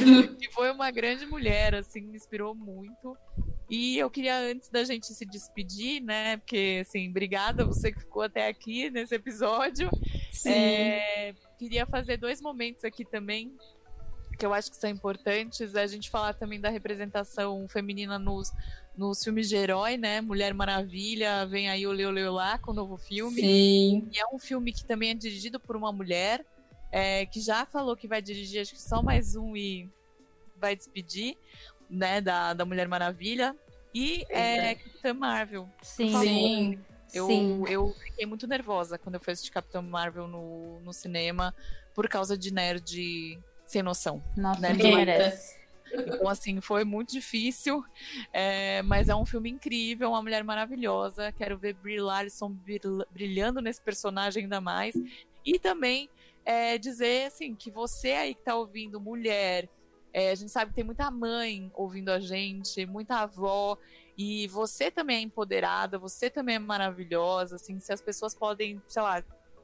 E foi uma grande mulher, assim, me inspirou muito. E eu queria, antes da gente se despedir, né, porque, assim, obrigada você que ficou até aqui nesse episódio. Sim. É, queria fazer dois momentos aqui também, que eu acho que são importantes. A gente falar também da representação feminina nos, nos filmes de herói, né? Mulher Maravilha, vem aí o Leu Leu lá com o novo filme. Sim. E é um filme que também é dirigido por uma mulher, é, que já falou que vai dirigir, acho que só mais um e vai despedir, né? Da, da Mulher Maravilha. E é Capitã Marvel. Sim. Sim. Eu, Sim. eu fiquei muito nervosa quando eu fui assistir Capitã Marvel no, no cinema, por causa de nerd sem noção. Nossa, né? ninguém merece. Então, assim, foi muito difícil, é, mas é um filme incrível, uma mulher maravilhosa. Quero ver Brie Larson brilhando nesse personagem ainda mais. E também é, dizer, assim, que você aí que tá ouvindo, mulher, é, a gente sabe que tem muita mãe ouvindo a gente, muita avó, e você também é empoderada, você também é maravilhosa, assim, se as pessoas podem, sei lá,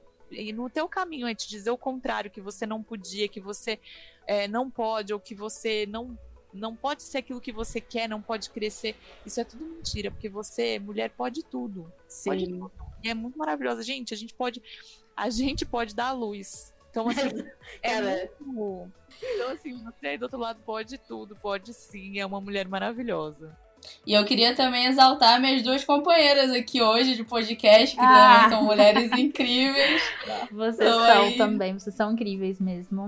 e no teu caminho é te dizer o contrário, que você não podia, que você é, não pode, ou que você não, não pode ser aquilo que você quer, não pode crescer. Isso é tudo mentira, porque você, mulher, pode tudo. Sim. Pode tudo. E é muito maravilhosa. Gente, a gente pode, a gente pode dar a luz. Então, assim, é muito... Então, assim, você aí do outro lado pode tudo, pode sim, é uma mulher maravilhosa. E eu queria também exaltar minhas duas companheiras aqui hoje de podcast, que Ah. também são mulheres incríveis. Vocês Então, são aí- também, vocês são incríveis mesmo.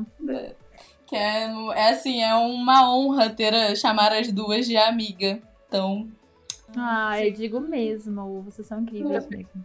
Que é, é assim, é uma honra ter a- chamar as duas de amiga. Então, Ah, eu digo mesmo, vocês são incríveis mesmo.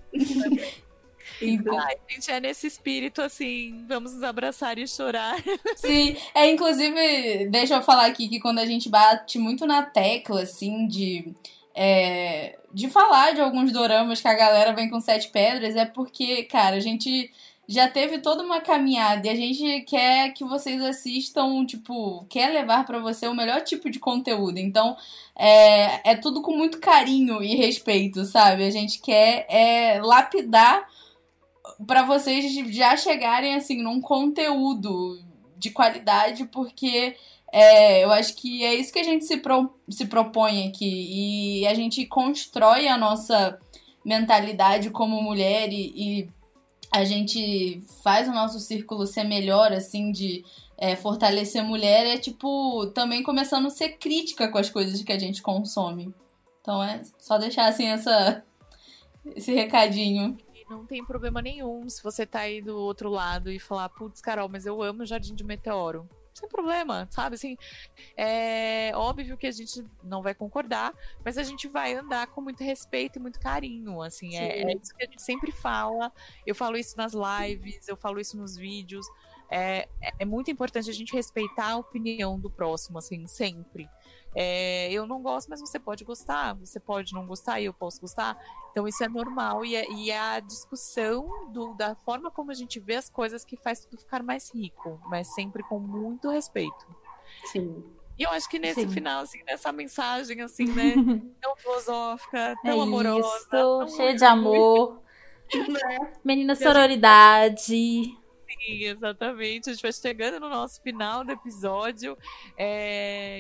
então, Ai, gente, é nesse espírito, assim, vamos nos abraçar e chorar. sim, é inclusive, deixa eu falar aqui que quando a gente bate muito na tecla, assim, de, é, de falar de alguns doramas que a galera vem com sete pedras, é porque, cara, a gente já teve toda uma caminhada e a gente quer que vocês assistam, tipo, quer levar pra você o melhor tipo de conteúdo. Então, é, é tudo com muito carinho e respeito, sabe? A gente quer é, lapidar pra vocês já chegarem, assim, num conteúdo de qualidade, porque é, eu acho que é isso que a gente se, pro, se propõe aqui. E a gente constrói a nossa mentalidade como mulher e, e a gente faz o nosso círculo ser melhor, assim, de é, fortalecer mulher, é, tipo, também começando a ser crítica com as coisas que a gente consome. Então é só deixar, assim, essa, esse recadinho. Não tem problema nenhum se você tá aí do outro lado e falar, putz, Carol, mas eu amo Jardim de Meteoro. Sem problema, sabe? Assim, é óbvio que a gente não vai concordar, mas a gente vai andar com muito respeito e muito carinho, assim, é, é isso que a gente sempre fala. Eu falo isso nas lives, eu falo isso nos vídeos. É, é muito importante a gente respeitar a opinião do próximo, assim, sempre. É, eu não gosto, mas você pode gostar, você pode não gostar e eu posso gostar. Então isso é normal e é, e é a discussão do, da forma como a gente vê as coisas que faz tudo ficar mais rico, mas sempre com muito respeito. Sim. E eu acho que nesse Sim. final, assim, nessa mensagem, assim, né, tão filosófica, tão É amorosa, isso, tão cheio de amor. Menina sororidade. Sim, exatamente. A gente vai chegando no nosso final do episódio. É...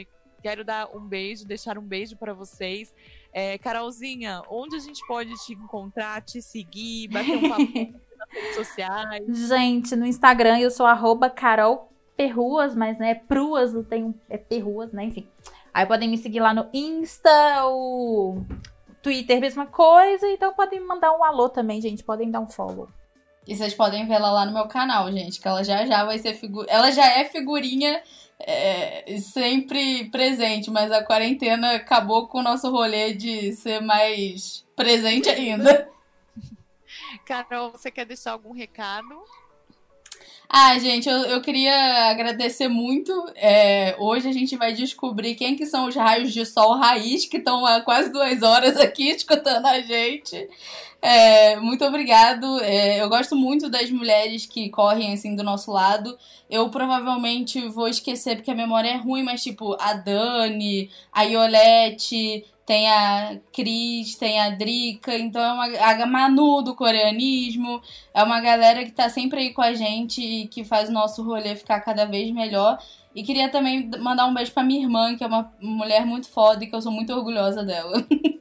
quero dar um beijo, deixar um beijo para vocês. É, Carolzinha, onde a gente pode te encontrar, te seguir, bater um papo nas redes sociais? Gente, no Instagram eu sou arroba Carol Perruas, mas né, Pruas, não tem, é Perruas, né, enfim. Aí podem me seguir lá no Insta, o Twitter, mesma coisa, então podem me mandar um alô também, gente, podem dar um follow. E vocês podem ver ela lá no meu canal, gente, que ela já já vai ser figurinha. Ela já é figurinha é, sempre presente, mas a quarentena acabou com o nosso rolê de ser mais presente ainda. Carol, você quer deixar algum recado? Ah, gente, eu, eu queria agradecer muito. É, hoje a gente vai descobrir quem que são os raios de sol raiz que estão há quase duas horas aqui escutando a gente. É, muito obrigado. É, eu gosto muito das mulheres que correm assim do nosso lado. Eu provavelmente vou esquecer porque a memória é ruim, mas tipo, a Dani, a Iolete, tem a Cris, tem a Drica, então é uma, a Manu do coreanismo, é uma galera que tá sempre aí com a gente e que faz o nosso rolê ficar cada vez melhor. E queria também mandar um beijo pra minha irmã, que é uma mulher muito foda e que eu sou muito orgulhosa dela.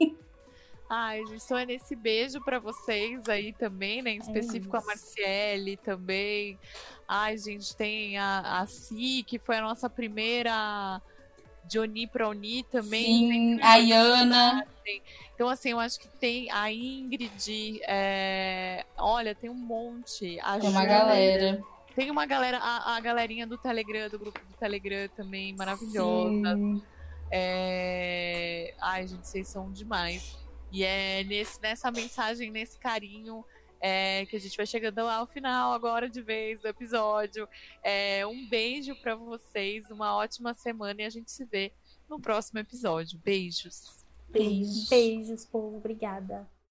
Ai, gente, então é nesse beijo pra vocês aí também, né? Em específico É a Marciele também. Ai, gente, tem a, a Si, que foi a nossa primeira de Oni pra Oni também. Sim, a Iana. Então, assim, eu acho que tem a Ingrid, é... olha, tem um monte. A Tem uma Júlia, galera. tem uma galera, a, a galerinha do Telegram, do grupo do Telegram também, maravilhosa. Sim. É... Ai, gente, vocês são demais. E é nesse, nessa mensagem, nesse carinho, é, que a gente vai chegando ao final agora de vez do episódio. É, um beijo pra vocês, uma ótima semana e a gente se vê no próximo episódio. Beijos. Beijos, beijos, povo, obrigada.